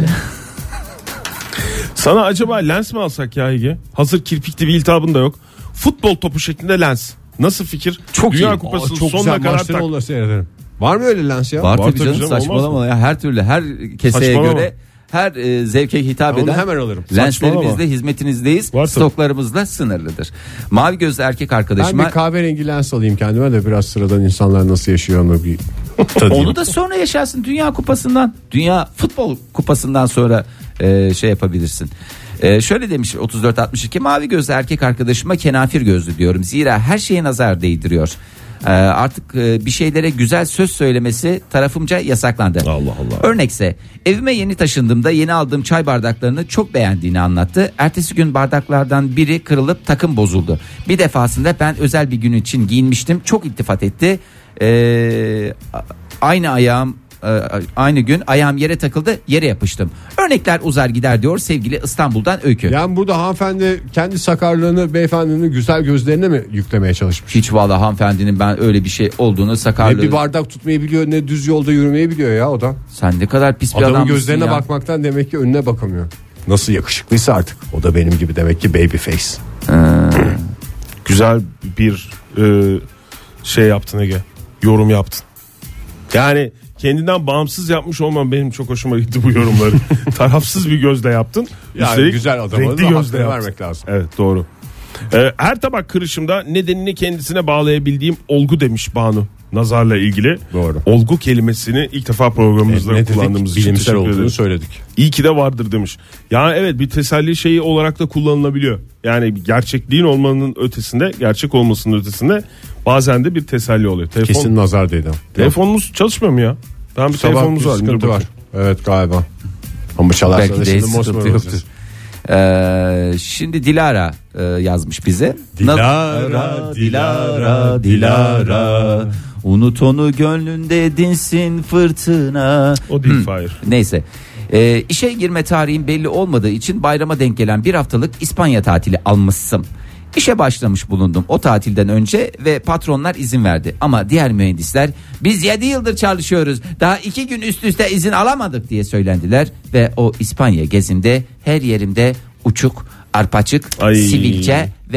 Sana acaba lens mi alsak ya Ege? Hazır kirpikli bir iltihabın da yok. Futbol topu şeklinde lens. Nasıl fikir? Çok Dünya iyi. Kupası'nın Aa, çok sonuna güzel kadar maçları tak. olursa seyrederim. Var mı öyle lens ya? Var, Var tabii tabii canım, canım, olmaz saçmalama ya, her türlü her keseye Saçmalama. göre her e, zevke hitap Onu eden hemen alırım. lenslerimizle Saçmalama. hizmetinizdeyiz. Var tabii. Stoklarımız da sınırlıdır. Mavi gözlü erkek Ben arkadaşıma bir kahverengi lens alayım kendime de biraz sıradan insanlar nasıl yaşıyor onu bir tadayım. onu da sonra yaşarsın, Dünya Kupası'ndan, Dünya Futbol Kupası'ndan sonra e, şey yapabilirsin. E, şöyle demiş otuz dört altmış iki, mavi gözlü erkek arkadaşıma kenafir gözlü diyorum. Zira her şeye nazar değdiriyor. E, artık e, bir şeylere güzel söz söylemesi tarafımca yasaklandı. Allah Allah. Örnekse evime yeni taşındığımda yeni aldığım çay bardaklarını çok beğendiğini anlattı. Ertesi gün bardaklardan biri kırılıp takım bozuldu. Bir defasında ben özel bir gün için giyinmiştim. Çok iltifat etti. Ee, aynı ayağım aynı gün ayağım yere takıldı, yere yapıştım. Örnekler uzar gider diyor sevgili İstanbul'dan Öykü. Yani burada hanımefendi kendi sakarlığını beyefendinin güzel gözlerine mi yüklemeye çalışmış? Hiç valla hanımefendinin ben öyle bir şey olduğunu, Ne sakarlığı. bir bardak tutmayı biliyor ne düz yolda yürümeyi biliyor ya o da. Sen ne kadar pis bir Adamın adamsın gözlerine ya. bakmaktan demek ki önüne bakamıyor. Nasıl yakışıklıysa artık. O da benim gibi demek ki baby face. Güzel bir e, şey yaptın Ege. Yorum yaptın. Yani kendinden bağımsız yapmış olman benim çok hoşuma gitti bu yorumları. Tarafsız bir gözle yaptın. Yani Üstelik güzel adama renkli da gözle hakkını yaptın. vermek lazım. Evet, doğru. Ee, her tabak kırışımda nedenini kendisine bağlayabildiğim olgu demiş Banu. Nazarla ilgili. Doğru. Olgu kelimesini ilk defa programımızda Ne dedik? kullandığımız için Bilimsel teşekkür olduğunu ederim. söyledik. İyi ki de vardır demiş. Yani evet, bir teselli şeyi olarak da kullanılabiliyor. Yani gerçekliğin olmanın ötesinde, gerçek olmasının ötesinde bazen de bir teselli oluyor. Telefon, Kesin nazar değdi. telefonumuz çalışmıyor mu ya? Ben bir Sabah telefonumuz bir var. sıkıntı Dur var. bakayım. Evet galiba. Ama çalarsa Belki da de şimdi hiç mosmor sıkıntı yoktur. olacağız. Ee, şimdi Dilara e, yazmış bize. Dilara, Dilara, Dilara. Unut onu gönlünde dinsin fırtına. O değil Hı. Fahir. Neyse. Ee, işe girme tarihim belli olmadığı için bayrama denk gelen bir haftalık İspanya tatili almışsın. İşe başlamış bulundum o tatilden önce ve patronlar izin verdi. Ama diğer mühendisler biz yedi yıldır çalışıyoruz, daha iki gün üst üste izin alamadık diye söylendiler. Ve o İspanya gezimde her yerimde uçuk, arpaçık, Ay. sivilce ve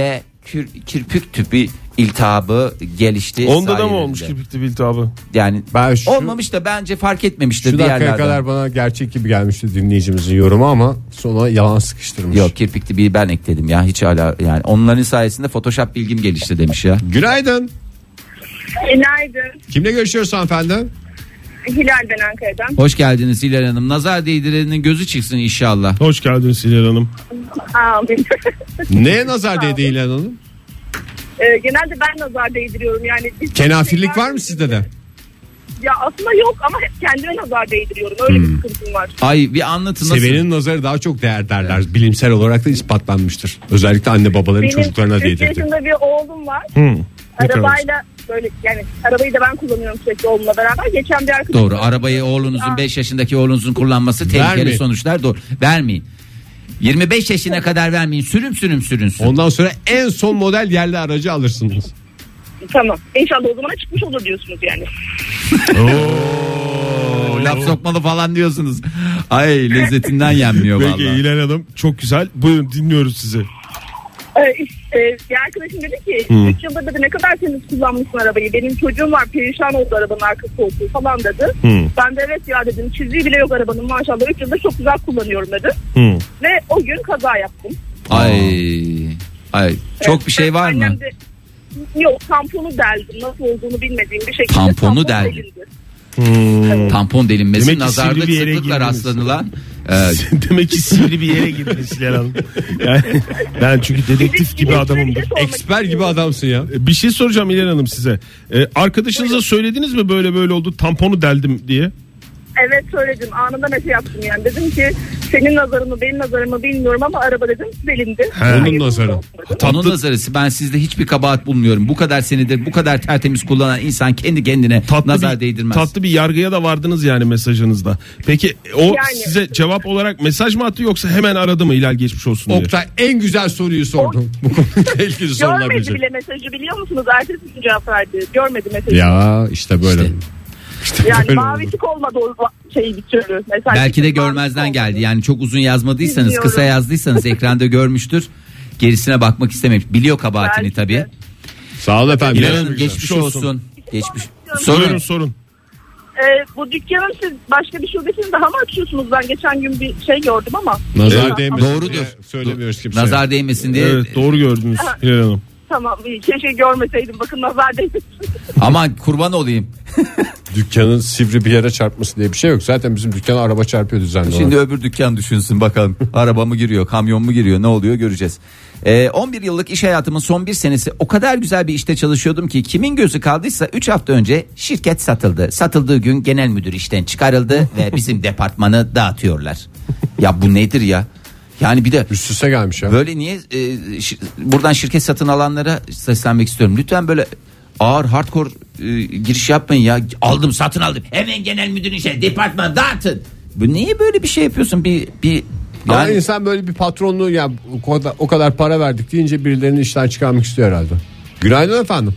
kür, kirpik tüpü iltihabı gelişti. Onda da sayesinde. mı olmuş kirpik tüpü iltihabı? Yani Ben şu- olmamış da bence fark etmemiştir Şu dakikaya diğerlerden. kadar bana gerçek gibi gelmişti dinleyicimizin yorumu ama sonra yalan sıkıştırmış. Yok, kirpik tüpü ben ekledim ya, hiç hala yani onların sayesinde Photoshop bilgim gelişti demiş ya. Günaydın. Günaydın. Kimle görüşüyoruz hanımefendi? Hilal ben Ankara'dan. Hoş geldiniz Hilal Hanım. Nazar değdirenin gözü çıksın inşallah. Hoş geldiniz Hilal Hanım. Amin. Neye nazar değdi İlhan Hanım? Ee, genelde ben nazar değdiriyorum yani. Biz- Kenafirlik var mı sizde de? Ya aslında yok ama hep kendime nazar değdiriyorum. Öyle Hmm. bir sıkıntım var. Ay bir anlatın nasıl? Sevenin nazarı daha çok değer derler. Bilimsel olarak da ispatlanmıştır. Özellikle anne babaların Benim çocuklarına üç değdirdi. yaşında bir oğlum var. Hı. Arabayla böyle yani arabayı da ben kullanıyorum sürekli oğlumla beraber. Geçen bir arkadaşım. Doğru, arabayı oğlunuzun beş yaşındaki oğlunuzun kullanması tehlikeli Vermeyin. sonuçlar doğru. Vermeyin. yirmi beş yaşına kadar vermeyin. Sürüm sürüm sürünsün. Ondan sonra en son model yerli aracı alırsınız. Tamam. İnşallah o zamana çıkmış olur diyorsunuz yani. Oo, laf sokmalı falan diyorsunuz. Ay lezzetinden yenmiyor Peki vallahi. Hilal Hanım çok güzel. Buyurun dinliyoruz sizi. Ee, işte, bir arkadaşım dedi ki üç yıldır dedi ne kadar temiz kullanmışsın arabayı. Benim çocuğum var perişan oldu arabanın arka koltuğu falan dedi. Hı. Ben de evet ya dedim çiziği bile yok arabanın maşallah üç yıldır çok güzel kullanıyorum dedim. Hı. Ve o gün kaza yaptım. Ay. Ay. Çok Evet, bir şey var mı? annem de- yok tamponu deldim nasıl olduğunu bilmediğim bir şekilde. Tamponu tampon deldin. delindi. Tampon delinmesi Demek ki nazarlık sivri bir yere sıklıkla girdiniz. rastlanılan. e, Demek ki sivri bir yere girdiniz Hilal Hanım. Yani, ben çünkü dedektif gibi adamımdır. Eksper gibi adamsın ya. Bir şey soracağım Hilal Hanım size. Ee, arkadaşınıza söylediniz mi böyle böyle oldu tamponu deldim diye? Evet söyledim anında mesaj yaptım yani dedim ki senin nazarını benim nazarımı bilmiyorum ama araba dedim delindi. Onun nazarı. Onun nazarısı, ben sizde hiçbir kabahat bulmuyorum. Bu kadar senedir bu kadar tertemiz kullanan insan kendi kendine Tatlı nazar bir, değdirmez. tatlı bir yargıya da vardınız yani mesajınızda. Peki o Yani- size cevap olarak mesaj mı attı yoksa hemen aradı mı Hilal geçmiş olsun diye? Oktay en güzel soruyu sordum. Bu konuyla ilgili sorular Görmedi bilecek. bile mesajı biliyor musunuz? Ertesi gün cevap verdi. Görmedi mesajı. Ya işte böyle. İşte. İşte Yani böyle mavi oldu. tik olmadı o şey bir türlü. Mesela Belki de mavi tik görmezden olmadı. geldi. Yani çok uzun yazmadıysanız, Bilmiyorum. kısa yazdıysanız ekranda görmüştür. Gerisine bakmak istememiş. Biliyor kabahatini Belki tabii. de. Sağ olun efendim. Hilal Hanım Görüşmek geçmiş üzere. olsun. Geçmiş. Sorun Sorun. sorun. Ee, bu dükkanın siz başka bir şubesini daha mı açıyorsunuz? Ben geçen gün bir şey gördüm ama. Nazar Evet, değmesin doğrudur. diye söylemiyoruz kimseye. Nazar değmesin diye. Evet doğru gördünüz Hilal Hanım. Tamam iyi. Keşke görmeseydim. Bakın nazar değmesin. Aman kurban olayım. Dükkanın sivri bir yere çarpması diye bir şey yok. Zaten bizim dükkana araba çarpıyor düzenli olarak. Şimdi öbür dükkan düşünsün bakalım. Araba mı giriyor, kamyon mu giriyor, ne oluyor göreceğiz. Ee, on bir yıllık iş hayatımın son bir senesi o kadar güzel bir işte çalışıyordum ki kimin gözü kaldıysa üç hafta önce şirket satıldı. Satıldığı gün genel müdür işten çıkarıldı ve bizim departmanı dağıtıyorlar. Ya bu nedir ya? Yani bir de Üst üste gelmiş ya. böyle niye e, şi- buradan şirket satın alanlara seslenmek istiyorum. Lütfen böyle ağır hardcore e, giriş yapmayın ya. Aldım satın aldım. Hemen genel müdürün şey departman dağıtın. Bu niye böyle bir şey yapıyorsun? Bir bir Ama yani insan böyle bir patronluğu ya o kadar, o kadar para verdik deyince birilerini işten çıkarmak istiyor herhalde. Günaydın efendim.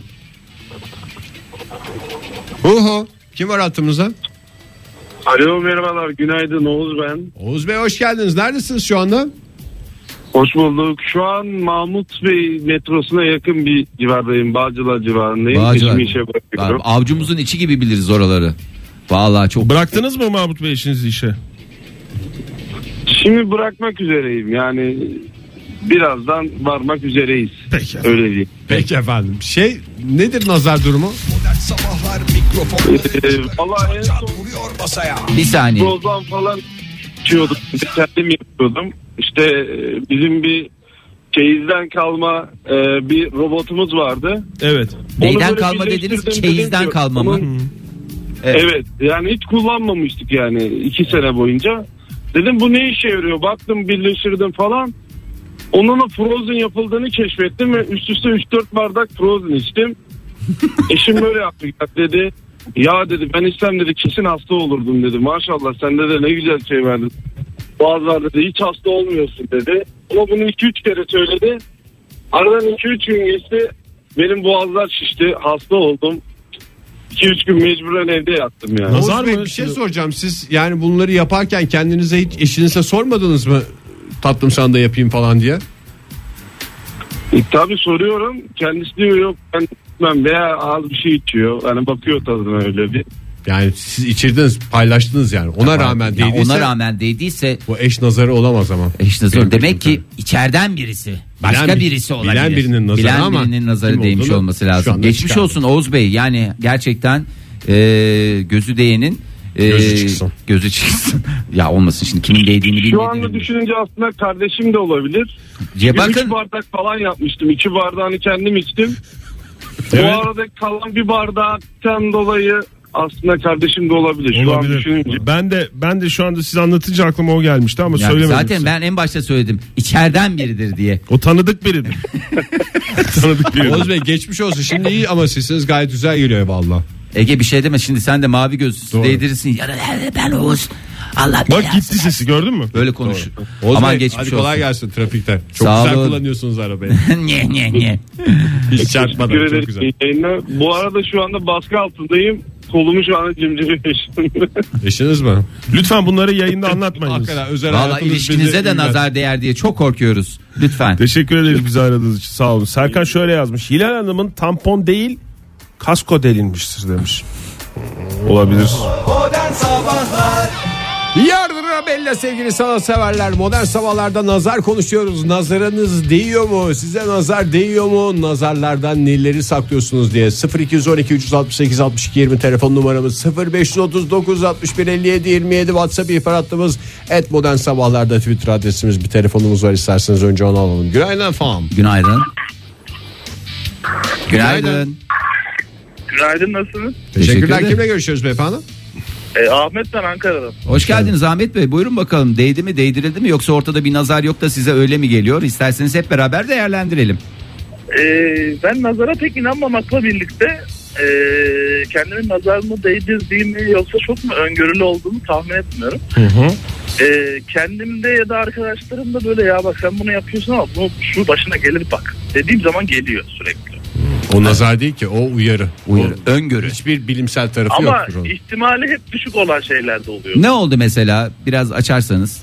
Uhu. Kim var hattımızda? Alo merhabalar günaydın Oğuz ben. Oğuz Bey hoş geldiniz. Neredesiniz şu anda? Hoş bulduk. Şu an Mahmut Bey metrosuna yakın bir civardayım. Bağcılar civarındayım. Bağcılar. İşimi işe bırakıyorum. avcumuzun içi gibi biliriz oraları. Vallahi çok. Bıraktınız mı Mahmut Bey işinizi işe? Şimdi bırakmak üzereyim. Yani birazdan varmak üzereyiz. Peki. Öyle diyeyim. Peki efendim. Şey nedir nazar durumu? Sabahlar mikrofon Ee, vallahi en son vuruyor masaya. Bir saniye. prozan falan içiyordum. Kendim yapıyordum. İşte e, bizim bir çeyizden kalma e, bir robotumuz vardı. Evet. Onu Neyden böyle kalma dediniz? birleştirdim, dedim Çeyizden ki, kalma mı? onun- Evet. Evet yani hiç kullanmamıştık yani iki sene boyunca. Dedim bu ne işe yarıyor? Baktım birleştirdim falan. Onunla frozen yapıldığını keşfettim ve üst üste üç dört bardak frozen içtim. Eşim böyle yaptı dedi. Ya dedi ben içsem dedi kesin hasta olurdum dedi. Maşallah sende de ne güzel şey verdin. Bazılar dedi hiç hasta olmuyorsun dedi. Ama bunu iki üç kere söyledi. Aradan iki üç gün geçti. Benim boğazlar şişti. Hasta oldum. iki üç gün mecburen evde yattım yani. Nazar Oğuz Bey mı? bir şey soracağım. Siz yani bunları yaparken kendinize hiç eşinize sormadınız mı? Tatlım sana da yapayım falan diye. E, tabii soruyorum. Kendisi diyor yok ben ben veya az bir şey içiyor. Yani bakıyor tadına öyle bir. Yani siz içirdiniz, paylaştınız yani. Ona rağmen Ya değdiyse ona rağmen değdiyse bu eş nazarı olamaz ama. işte zor. Demek ki içeriden birisi, başka Bilen bir- birisi olabilir. bilen birinin nazarı Bilen ama birinin nazarı kim değmiş olduğunu olması şu lazım. anda Geçmiş çıkardım. olsun Oğuz Bey. Yani gerçekten e, gözü değenin e, Gözü çıksın. Gözü çıksın. Ya olmasın şimdi kimin değdiğini Şu anda bilmediğini. düşününce aslında kardeşim de olabilir. Ya Üç bakın bardak falan yapmıştım. İki bardağını kendim içtim. Bu Evet. arada kalan bir bardaktan dolayı aslında kardeşim de olabilir. Şu an Olabilir. düşününce. Ben de ben de şu anda siz anlatınca aklıma o gelmişti ama yani söylemedim. zaten size. ben en başta söyledim. İçeriden biridir diye. O tanıdık biridir. tanıdık biridir. Oğuz Bey geçmiş olsun. Şimdi iyi ama sesiniz gayet güzel geliyor valla. Ege bir şey deme şimdi sen de mavi gözlüsü Doğru. değdirirsin. Ya ben Oğuz. Allah Bak belanı gitti sesi gördün mü? böyle konuş. Oğuz Aman Bey, geçmiş hadi olsun. kolay gelsin trafikte. Çok Sağ güzel olun. kullanıyorsunuz arabayı. Nye nye nye. Hiç çarpmadan Teşekkür çok ederim güzel. yayına. Bu arada şu anda baskı altındayım. Kolumu şu anda cimcime peşimde. Eşiniz mi? Lütfen bunları yayında anlatmayınız. Hakikaten özel Valla hayatınız ilişkinize bizi de ilgilen- nazar değer diye çok korkuyoruz. Lütfen. Teşekkür ederiz bizi aradığınız için, sağ olun. Serkan şöyle yazmış. Hilal Hanım'ın tampon değil kasko delinmiştir demiş. Olabilir. Yardıra bella sevgili sanatseverler. Modern sabahlarda nazar konuşuyoruz. Nazarınız değiyor mu? Size nazar değiyor mu? Nazarlardan neleri saklıyorsunuz diye. sıfır iki on iki üç altı sekiz altmış iki yirmi telefon numaramız, sıfır beş otuz dokuz altmış bir elli yedi yirmi yedi WhatsApp ihbar hattımız, et modern sabahlarda Twitter adresimiz. Bir telefonumuz var, isterseniz önce onu alalım. Günaydın efendim. Günaydın. Günaydın. Günaydın, nasılsınız? Teşekkürler. ederim. Kimle görüşüyoruz beyefendi? E, Ahmet ben Ankara'dan. Hoş geldiniz Ahmet Bey. Buyurun bakalım. Değdi mi, değdirildi mi, yoksa ortada bir nazar yok da size öyle mi geliyor? İsterseniz hep beraber değerlendirelim. E, ben nazara pek inanmamakla birlikte e, kendimin nazarımı değdirdiğimi yoksa çok mu öngörülü olduğumu tahmin etmiyorum. Hı hı. E, kendimde ya da arkadaşlarımda böyle ya bak sen bunu yapıyorsun ama bu şu başına gelir bak dediğim zaman geliyor sürekli. O nazar değil ki, o uyarı. Uyarı, O öngörü. hiçbir bilimsel tarafı Ama yoktur onun. ihtimali hep düşük olan şeyler de oluyor. Ne oldu mesela? Biraz açarsanız.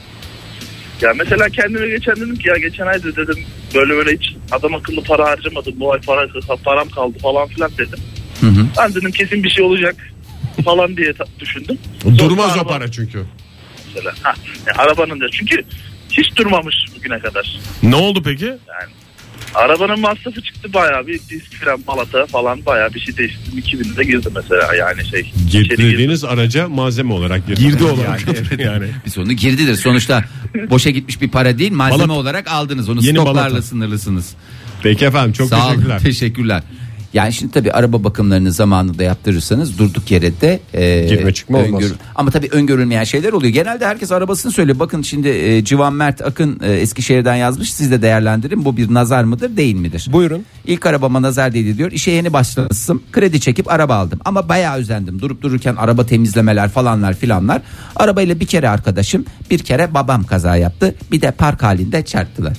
Ya mesela kendime geçen dedim ki ya geçen ay da dedim böyle böyle hiç adam akıllı para harcamadım. Bu ay para, param kaldı falan filan dedim. Hı hı. Ben dedim kesin bir şey olacak falan diye ta- düşündüm. Durmaz Sonra o para çünkü. Mesela. Ha, yani arabanın da çünkü hiç durmamış bugüne kadar. Ne oldu peki? Yani arabanın masrafı çıktı bayağı bir disk fren balata falan bayağı bir şey değiştirdim. iki binde girdi mesela yani şey. içeri girdi. Girdiğiniz araca malzeme olarak girdi. Girdi olarak yani. Bir sonu girdidir. Sonuçta boşa gitmiş bir para değil, malzeme Balata. olarak aldınız. Onu Yeni stoklarla balata. sınırlısınız. Peki efendim, çok Sağ olun, teşekkürler. teşekkürler. Yani şimdi tabii araba bakımlarını zamanında yaptırırsanız durduk yere de e, Girme çıkma olmaz. ama tabii öngörülmeyen şeyler oluyor. Genelde herkes arabasını söylüyor. Bakın şimdi e, Civan Mert Akın e, Eskişehir'den yazmış. Siz de değerlendirin. Bu bir nazar mıdır, değil midir? Buyurun. İlk arabama nazar değdi diyor. İşe yeni başlamıştım. Kredi çekip araba aldım. Ama bayağı özendim. Durup dururken araba temizlemeler falanlar filanlar. Arabayla bir kere arkadaşım, bir kere babam kaza yaptı. Bir de park halinde çarptılar.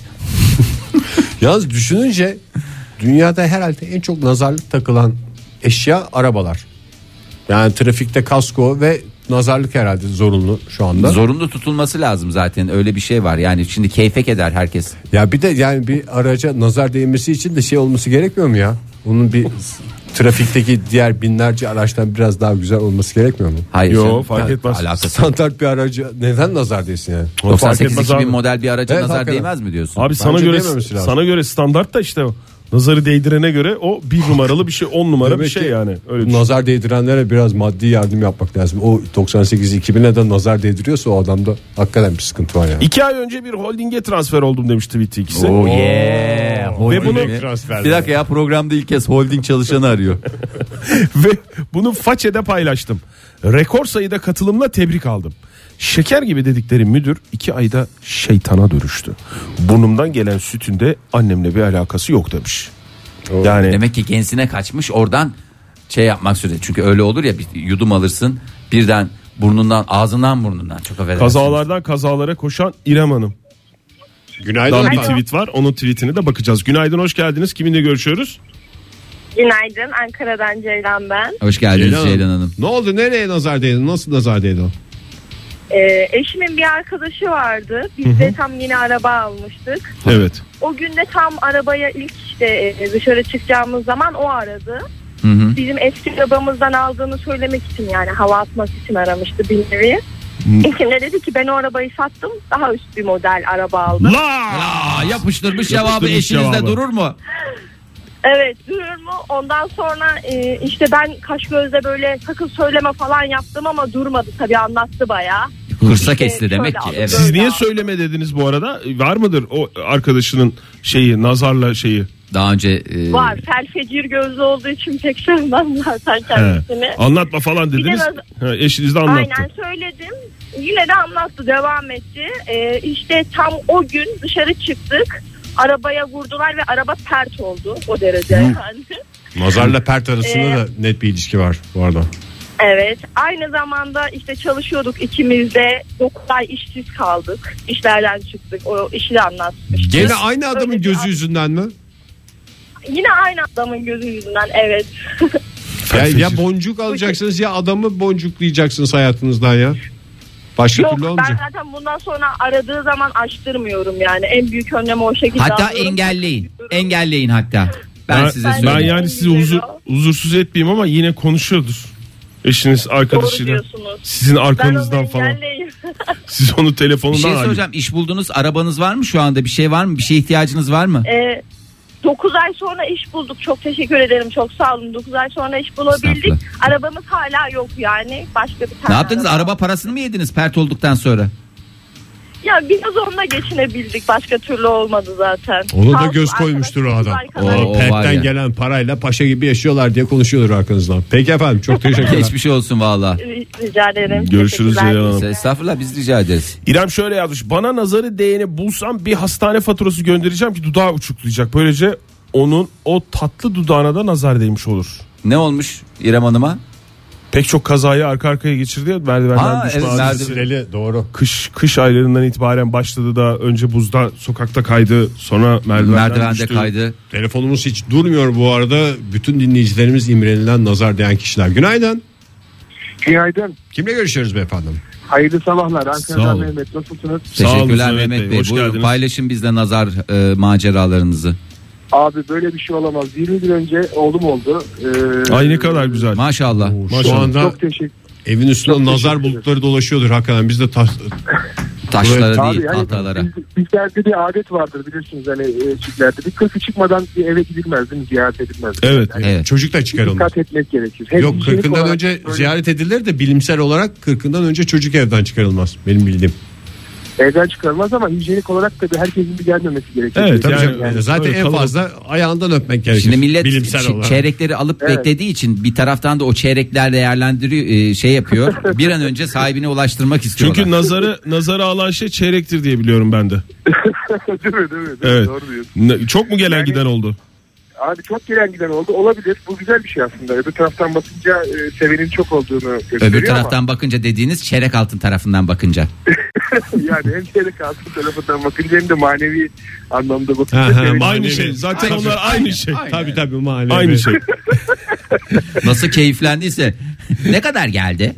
Yalnız düşününce dünyada herhalde en çok nazarlık takılan eşya arabalar. Yani trafikte kasko ve nazarlık herhalde zorunlu şu anda. Zorunlu tutulması lazım zaten, öyle bir şey var. Yani şimdi keyfek eder herkes. Ya bir de yani bir araca nazar değmesi için de şey olması gerekmiyor mu ya? Onun bir trafikteki diğer binlerce araçtan biraz daha güzel olması gerekmiyor mu? Hayır. Yo, canım. fark Yani etmez. Alakası. Standart bir araca neden nazar değsin yani? O fark doksan sekiz etmez iki bin abi. model bir araca Evet, nazar hakikaten. değmez mi diyorsun? Abi sana Bence göre değmemesi lazım. sana göre standart da işte o. Nazarı değdirene göre o bir numaralı bir şey, on numara bir Demek şey ki yani. Öyle bu düşün. nazar değdirenlere biraz maddi yardım yapmak lazım. O doksan sekiz iki bine de nazar değdiriyorsa o adamda hakikaten bir sıkıntı var yani. İki ay önce bir holdinge transfer oldum demişti Tweet'i ikisi. Oh yeah. Ve bunu Bir dakika ya, programda ilk kez holding çalışanı arıyor. ve bunu Façe'de paylaştım. Rekor sayıda katılımla tebrik aldım. Şeker gibi dedikleri müdür iki ayda şeytana dönüştü. Burnumdan gelen sütün de annemle bir alakası yok demiş. Yani Demek ki gensine kaçmış, oradan şey yapmak üzere. Çünkü öyle olur ya, bir yudum alırsın birden burnundan, ağzından burnundan, çok affedersiniz. kazalardan kazalara koşan İrem Hanım. Günaydın Daha bir efendim. tweet var. Onun tweetine de bakacağız. Günaydın, hoş geldiniz. Kiminle görüşüyoruz? Günaydın, Ankara'dan Ceylan ben. Hoş geldiniz Ceylan Ceylan, Hanım. Hanım. Ne oldu, nereye nazar değdi, nasıl nazar değdi o? Ee, eşimin bir arkadaşı vardı. Biz de tam yeni araba almıştık. Evet. O gün de tam arabaya ilk işte e, dışarı çıkacağımız zaman o aradı. Hı hı. Bizim eski arabamızdan aldığını söylemek için, yani hava atmak için aramıştı bir nevi. İlkinde dedi ki ben o arabayı sattım, daha üst bir model araba aldım. La! Aa, yapıştırmış cevabı, Yapıştırmış eşinizde cevabı. durur mu? Evet, durur mu? Ondan sonra e, işte ben kaş gözle böyle sakın söyleme falan yaptım ama durmadı tabii, anlattı bayağı. Hırsa İşte kesti demek şöyle ki. aldım, Evet. Siz böyle niye aldım. söyleme dediniz bu arada? Var mıdır o arkadaşının şeyi, nazarla şeyi? Daha önce e, Var, felfecir gözlü olduğu için pek sevmem zaten He. kendisini. Anlatma falan Bir de dediniz. naz- Ha, eşiniz de anlattı. Aynen söyledim. Yine de anlattı, devam etti. Ee, işte tam o gün dışarı çıktık. Arabaya vurdular ve araba pert oldu o derece yani. Nazarla pert arasında Ee, da net bir ilişki var bu arada. Evet. Aynı zamanda işte çalışıyorduk ikimiz de. dokuz ay işsiz kaldık. İşlerden çıktık. O işi de anlatmıştım. Gene aynı adamın Öyle gözü bir- yüzünden mi? Yine aynı adamın gözü yüzünden, evet. Ya, ya boncuk alacaksınız ya adamı boncuklayacaksınız hayatınızdan ya. Başka Yok, türlü ben olmayacak. zaten bundan sonra aradığı zaman açtırmıyorum yani. En büyük önlemi o şekilde hatta alıyorum. engelleyin. Engelleyin hatta. Ben, Ben, size Ben- ben söyleyeyim. yani sizi huzur, huzursuz etmeyeyim ama yine konuşuyordur. Eşiniz Doğru arkadaşıyla. diyorsunuz. Sizin Ben onu arkanızdan falan. engelleyeyim. Siz onu Bir telefonundan şey arayın. soracağım. İş buldunuz, arabanız var mı şu anda? Bir şey var mı? Bir şeye ihtiyacınız var mı? Ee, dokuz ay sonra iş bulduk. Çok teşekkür ederim. Çok sağ olun. dokuz ay sonra iş bulabildik. Estağfurullah. Arabamız hala yok yani. Başka bir tane. Ne yaptınız? araba. Araba parasını mı yediniz pert olduktan sonra? Ya biraz onunla geçinebildik. Başka türlü olmadı zaten. Ona da Sağ olsun göz koymuştur o arkadaşlar, adam. dokuz ay kadar- O- o var Pertten ya. gelen parayla paşa gibi yaşıyorlar diye konuşuyordur arkanızdan. Peki efendim, çok teşekkürler. Geçmiş olsun valla. Rica ederim. Görüşürüz Teşekkürler. Ceylan Hanım. Estağfurullah, biz rica ederiz. İrem şöyle yazmış. Bana nazarı değeni bulsam bir hastane faturası göndereceğim ki dudağı uçuklayacak. Böylece onun o tatlı dudağına da nazar değmiş olur. Ne olmuş İrem Hanım'a? Pek çok kazayı arka arkaya geçirdi ya, merdivenden Ha, düşme evet, hadisesi. Süreli, doğru. Kış kış aylarından itibaren başladı da önce buzda sokakta kaydı, sonra merdivenden Merdivende düştü. kaydı. Telefonumuz hiç durmuyor bu arada. Bütün dinleyicilerimiz imrenilen nazar değen kişiler. Günaydın. Günaydın. Kimle görüşüyoruz beyefendi? Hayırlı sabahlar. Sağ Ankara'dan olun. Mehmet, nasılsınız? Sağ olun Teşekkürler Mehmet Mehmet Bey, Bey. hoş Buyurun, geldiniz. paylaşın bizle nazar e, maceralarınızı. Abi böyle bir şey olamaz. yirmi gün önce oğlum oldu. Ee, Ay ne kadar güzel. Maşallah. Şu Maşallah. anda Çok teşekkür evin üstünde Çok nazar teşekkür bulutları dolaşıyordur hakikaten. Biz de ta- Taşlara Abi değil, yani tahtalara. biz, bizlerde bir adet vardır bilirsiniz hani e, çiftlerde. Bir kırkı çıkmadan bir eve gidilmez değil mi? Ziyaret edilmez. Evet. Yani Evet. çocuk da çıkarılmaz. dikkat etmek gerekir. Hem Yok, hijyenik kırkından olarak önce böyle ziyaret edilir de bilimsel olarak kırkından önce çocuk evden çıkarılmaz. Benim bildiğim. evden çıkarılmaz ama hijyenik olarak da bir herkesin bir gelmemesi gerekir. Evet, Tabii yani- canım, yani zaten öyle en kalıp- fazla ayağından öpmek gerekir. Şimdi millet bilimsel ç- olarak. çeyrekleri alıp Evet. beklediği için bir taraftan da o çeyrekler değerlendiriyor, e, şey yapıyor. Bir an önce sahibine ulaştırmak istiyorlar. Çünkü nazarı nazarı alan şey çeyrektir diye biliyorum ben de. değil mi? Değil mi? Değil mi? Evet. Doğru diyorsun. Ne- Çok mu gelen Yani- giden oldu? Abi çok gelen giden oldu. Olabilir. Bu güzel bir şey aslında. Öbür taraftan bakınca e, sevenin çok olduğunu gösteriyor Öbür taraftan bakınca dediğiniz çeyrek altın tarafından bakınca. ama yani hem çeyrek altın tarafından bakınca hem de manevi anlamda bakınca. Ha, ha, sevenin- manevi. Aynı şey. Zaten Tabii. onlar aynı şey. Tabii tabii mahalle. Aynı şey. Nasıl keyiflendiyse. Ne kadar geldi?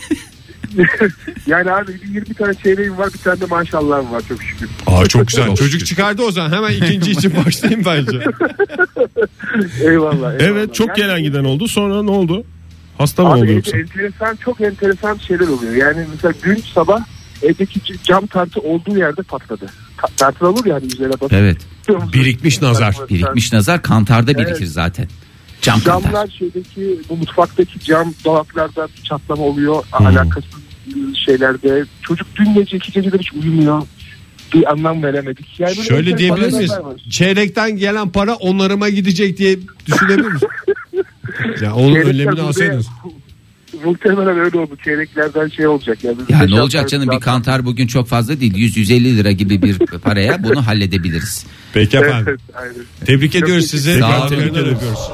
Yani abi yirmi tane çeyreğim var, bir tane de maşallahım var çok şükür. Aa, çok güzel. Çok Çocuk çıkardı o zaman. Hemen ikinci için başlayayım bence. Eyvallah. eyvallah. Evet, çok Yani- gelen giden oldu. Sonra ne oldu? Hasta mı Abi oldu evde yoksa? enteresan, çok enteresan şeyler oluyor. Yani mesela dün sabah evdeki cam tartı olduğu yerde patladı. Ta- tartı olur yani üzerine basıp. Evet. Birikmiş nazar. Birikmiş nazar kantarda birikir Evet. zaten. Cam kantar. Camlar şeydeki bu mutfaktaki cam dolaplarda çatlama oluyor. Hmm. Alakasız şeylerde. Çocuk dün gece iki gecedir hiç uyumuyor. Bir anlam veremedik. Yani böyle Şöyle enteresan diyebilir miyiz? şeyler var. Çeyrekten gelen para onarıma gidecek diye düşünebilir miyiz? Ya onun Çeyrekler önlemini burada- alsaydınız. Muhtemelen öyle oldu. Çeyreklerden şey olacak. Yani, Ya Beş ne olacak altı canım, bir saat- kantar bugün çok fazla değil. yüz yüz elli lira gibi bir paraya bunu halledebiliriz. Peki Evet, efendim. aynen. Tebrik ediyoruz sizi. Sağ olun. Kalplerini öpüyoruz.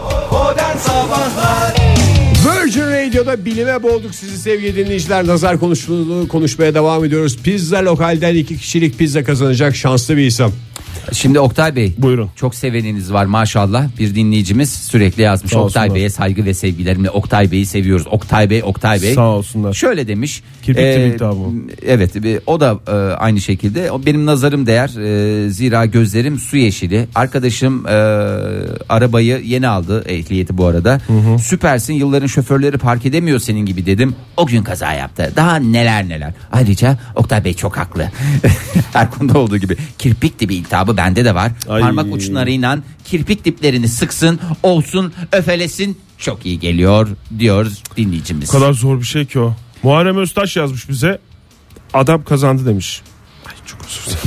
Virgin Radio'da bilime boğduk sizi sevgili dinleyiciler. Nazar konuştuğunu konuşmaya devam ediyoruz. Pizza Lokal'den iki kişilik pizza kazanacak şanslı bir isim. Şimdi Oktay Bey, Buyurun. çok seveniniz var maşallah. Bir dinleyicimiz sürekli yazmış. Sağ Oktay olsunlar. Bey'e saygı ve sevgilerimle. Oktay Bey'i seviyoruz. Oktay Bey, Oktay Bey. Sağ olsunlar. Şöyle demiş. Kirpikli e, bir hitap bu. Evet, e, o da e, aynı şekilde. O, benim nazarım değer. E, zira gözlerim su yeşili. Arkadaşım e, arabayı yeni aldı. Ehliyeti bu arada. Hı hı. Süpersin, yılların şoförleri park edemiyor senin gibi dedim. O gün kaza yaptı. Daha neler neler. Ayrıca Oktay Bey çok haklı. Her konuda olduğu gibi. Kirpik dibi iltihabı bende de var. Ay. Parmak uçlarıyla kirpik diplerini sıksın, olsun, öfelesin. Çok iyi geliyor diyor dinleyicimiz. O kadar zor bir şey ki o. Muharrem Öztaş yazmış bize. Adam kazandı demiş. Ay çok özür dilerim.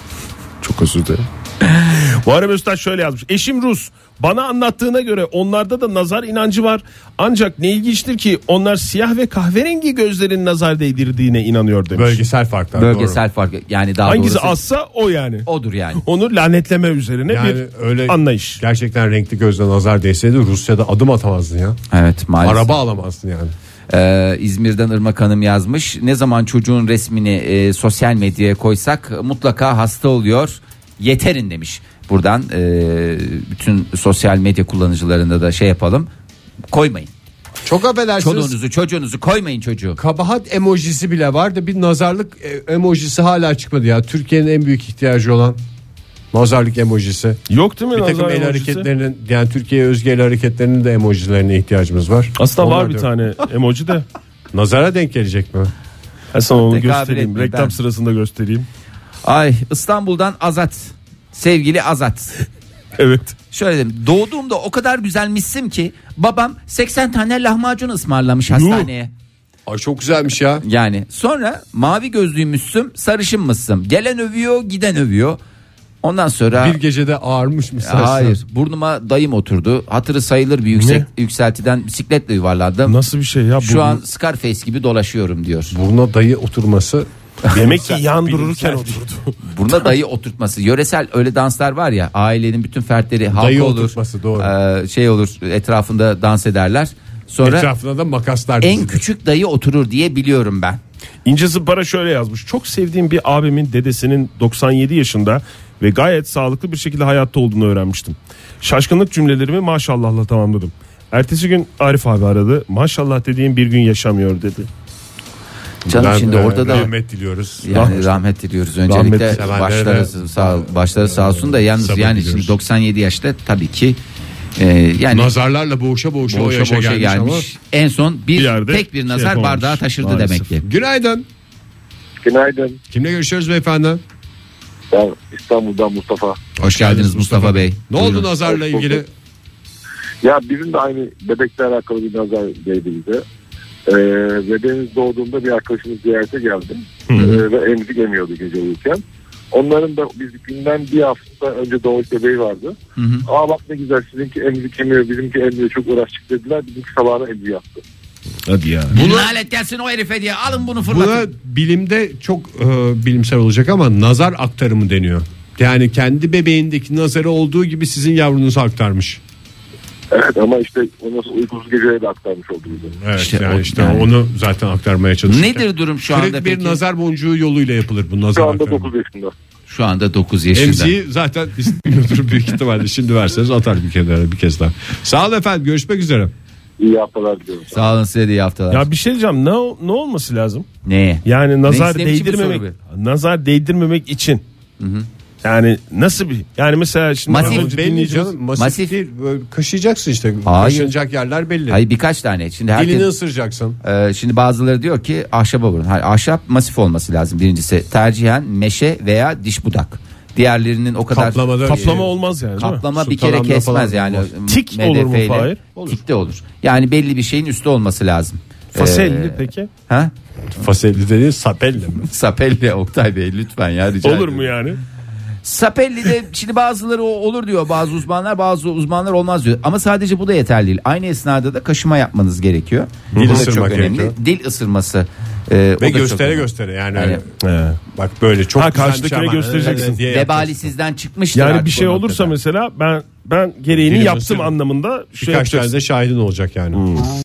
Çok özür dilerim. Muharrem Öztaş şöyle yazmış. Eşim Rus. Bana anlattığına göre onlarda da nazar inancı var. Ancak ne ilginçtir ki onlar siyah ve kahverengi gözlerin nazar değdirdiğine inanıyor demiş. Bölgesel farklar. Bölgesel fark, yani daha Hangisi doğrusu azsa o yani. odur yani. Onu lanetleme üzerine Yani bir öyle anlayış. Gerçekten renkli gözle nazar değseydi Rusya'da adım atamazdın ya. Evet, maalesef. Araba alamazdın yani. Ee, İzmir'den Irmak Hanım yazmış. Ne zaman çocuğun resmini e, sosyal medyaya koysak mutlaka hasta oluyor. Yeterin demiş. Buradan e, bütün sosyal medya kullanıcılarında da şey yapalım. Koymayın. Çok affedersiniz. Çoluğunuzu çocuğunuzu koymayın çocuğu. Kabahat emojisi bile var da bir nazarlık e, emojisi hala çıkmadı ya. Türkiye'nin en büyük ihtiyacı olan nazarlık emojisi. Yok değil mi Bir takım nazar el emojisi? hareketlerinin, yani Türkiye'ye özgü el hareketlerinin de emojilerine ihtiyacımız var. Aslında Onlar var bir da- tane emoji de. Nazara denk gelecek mi? Ben sana onu Tekabül göstereyim. etme, Reklam ben- sırasında göstereyim. Ay, İstanbul'dan Azat. Sevgili Azat. Evet. Şöyle dedim. Doğduğumda o kadar güzelmişsin ki babam seksen tane lahmacun ısmarlamış hastaneye. Ay çok güzelmiş ya. Yani sonra mavi gözlüymüşsün, sarışınmışsın. Gelen övüyor, giden övüyor. Ondan sonra Bir gecede ağarmış mı saçlar? hayır, burnuma dayım oturdu. Hatırı sayılır bir yüksek yükseltiden bisikletle yuvarlandım. Nasıl bir şey ya? Şu Bu- an Scarface gibi dolaşıyorum diyor. Buruna dayı oturması. Demek ki yan dururken oturdu. Burnuna dayı oturtması. Yöresel öyle danslar var ya, ailenin bütün fertleri halka Dayı olur. oturtması, doğru. e, şey olur, etrafında dans ederler. Sonra Etrafına da makaslar en dizilir. küçük dayı oturur diye biliyorum ben. İnce Zımpara şöyle yazmış. Çok sevdiğim bir abimin dedesinin doksan yedi yaşında ve gayet sağlıklı bir şekilde hayatta olduğunu öğrenmiştim. Şaşkınlık cümlelerimi maşallahla tamamladım. Ertesi gün Arif abi aradı. Maşallah dediğim bir gün yaşamıyor dedi. Canım Ben, şimdi e, orada da rahmet diliyoruz. yani Rahmet. rahmet, diliyoruz öncelikle. Rahmet Başları sevenlere de- sağ başları sağ olsun da yalnız Sabır yani diliyoruz. şimdi doksan yedi yaşta tabii ki e, yani Nazarlarla boğuşa boğuşa, o boşa yaşa boşa gelmiş, gelmiş. ama. En son bir, Bir yerde tek bir şey nazar yapamamış, bardağı taşırdı maalesef. demek ki. Günaydın. Günaydın. Kimle görüşüyoruz beyefendi? Ben İstanbul'dan Mustafa. Hoş geldiniz Mustafa Bey. Ne oldu Buyurun. nazarla Hoş bulduk. ilgili? Ya bizim de aynı bebekle alakalı bir nazar değdi bize. Ee, bebeğimiz doğduğunda bir arkadaşımız ziyarete geldi. Ee, ve emzik emiyordu gece uyurken. Onların da bizimkinden bir hafta önce doğmuş bebeği vardı. Hı hı. Aa bak ne güzel, sizinki emzik emiyor, bizimki emiyor, çok uğraştık dediler. Bizimki sabahına emzik yaptı. Hadi ya. Bunu lanet gelsin o herife diye alın bunu fırlatın. Buna bilimde çok e, bilimsel olacak ama nazar aktarımı deniyor. Yani kendi bebeğindeki nazarı olduğu gibi sizin yavrunuza aktarmış. Evet ama işte o nasıl uykusuz geceye de aktarmış oldu bize. Evet, İşte yani o- işte yani- onu zaten aktarmaya çalışıyor. Nedir durum şu Kırık anda bir peki? nazar boncuğu yoluyla yapılır bu nazar Şu anda aktarımı. dokuz yaşında. Şu anda dokuz yaşında. Emziği zaten istemiyordur büyük ihtimalle. Şimdi verseniz atar bir kere bir kez daha. Sağ olun efendim, görüşmek üzere. İyi haftalar diliyorum. Sağ olun, size de iyi haftalar. Ya bir şey diyeceğim. Ne ne olması lazım? Neye? Yani nazar Ne biçim bir soru değdirmemek. Nazar değdirmemek için. Yani nasıl bir? Yani mesela şimdi Masif. az önce Belli dinleyicimiz- canım, masif, Masif. değil. Böyle kaşıyacaksın işte. Hayır. Kaşınacak yerler belli. Hayır, birkaç tane. Şimdi herkes Dilini ısıracaksın. Ee, şimdi bazıları diyor ki ahşaba vurun. Hayır, ahşap masif olması lazım birincisi. Tercihen meşe veya diş budak. Diğerlerinin o kadar Kaplamada Kaplama olmaz yani. değil mi? kaplama bir Sultanahmet'te kere falan kesmez yani. olmaz. Tik M D F olur mu ile. Fahir? Tik de olur. Yani belli bir şeyin üstü olması lazım. Faselli Ee, peki? Ha? Faselli dediğin sapelle mi? Sapelli Oktay Bey lütfen ya, rica Olur ediyorum. mu yani? Sapelli de şimdi bazıları o olur diyor, bazı uzmanlar, bazı uzmanlar olmaz diyor. Ama sadece bu da yeterli değil. Aynı esnada da kaşıma yapmanız gerekiyor. Dil Bu da ısırmak çok önemli. gerekiyor. Dil ısırması. e, o Ve da çok göstere önemli. göstere yani. Yani- öyle, bak böyle çok Ha, güzel bir şey karşıdakine ama- göstereceksin. diye Vebali yapacaksın. sizden çıkmıştır. Yani artık bir şey o olursa noktada. mesela ben ben gereğini Dilimi yaptım ısırın. anlamında şey Birkaç tane yapacaksın. de şahidin olacak yani.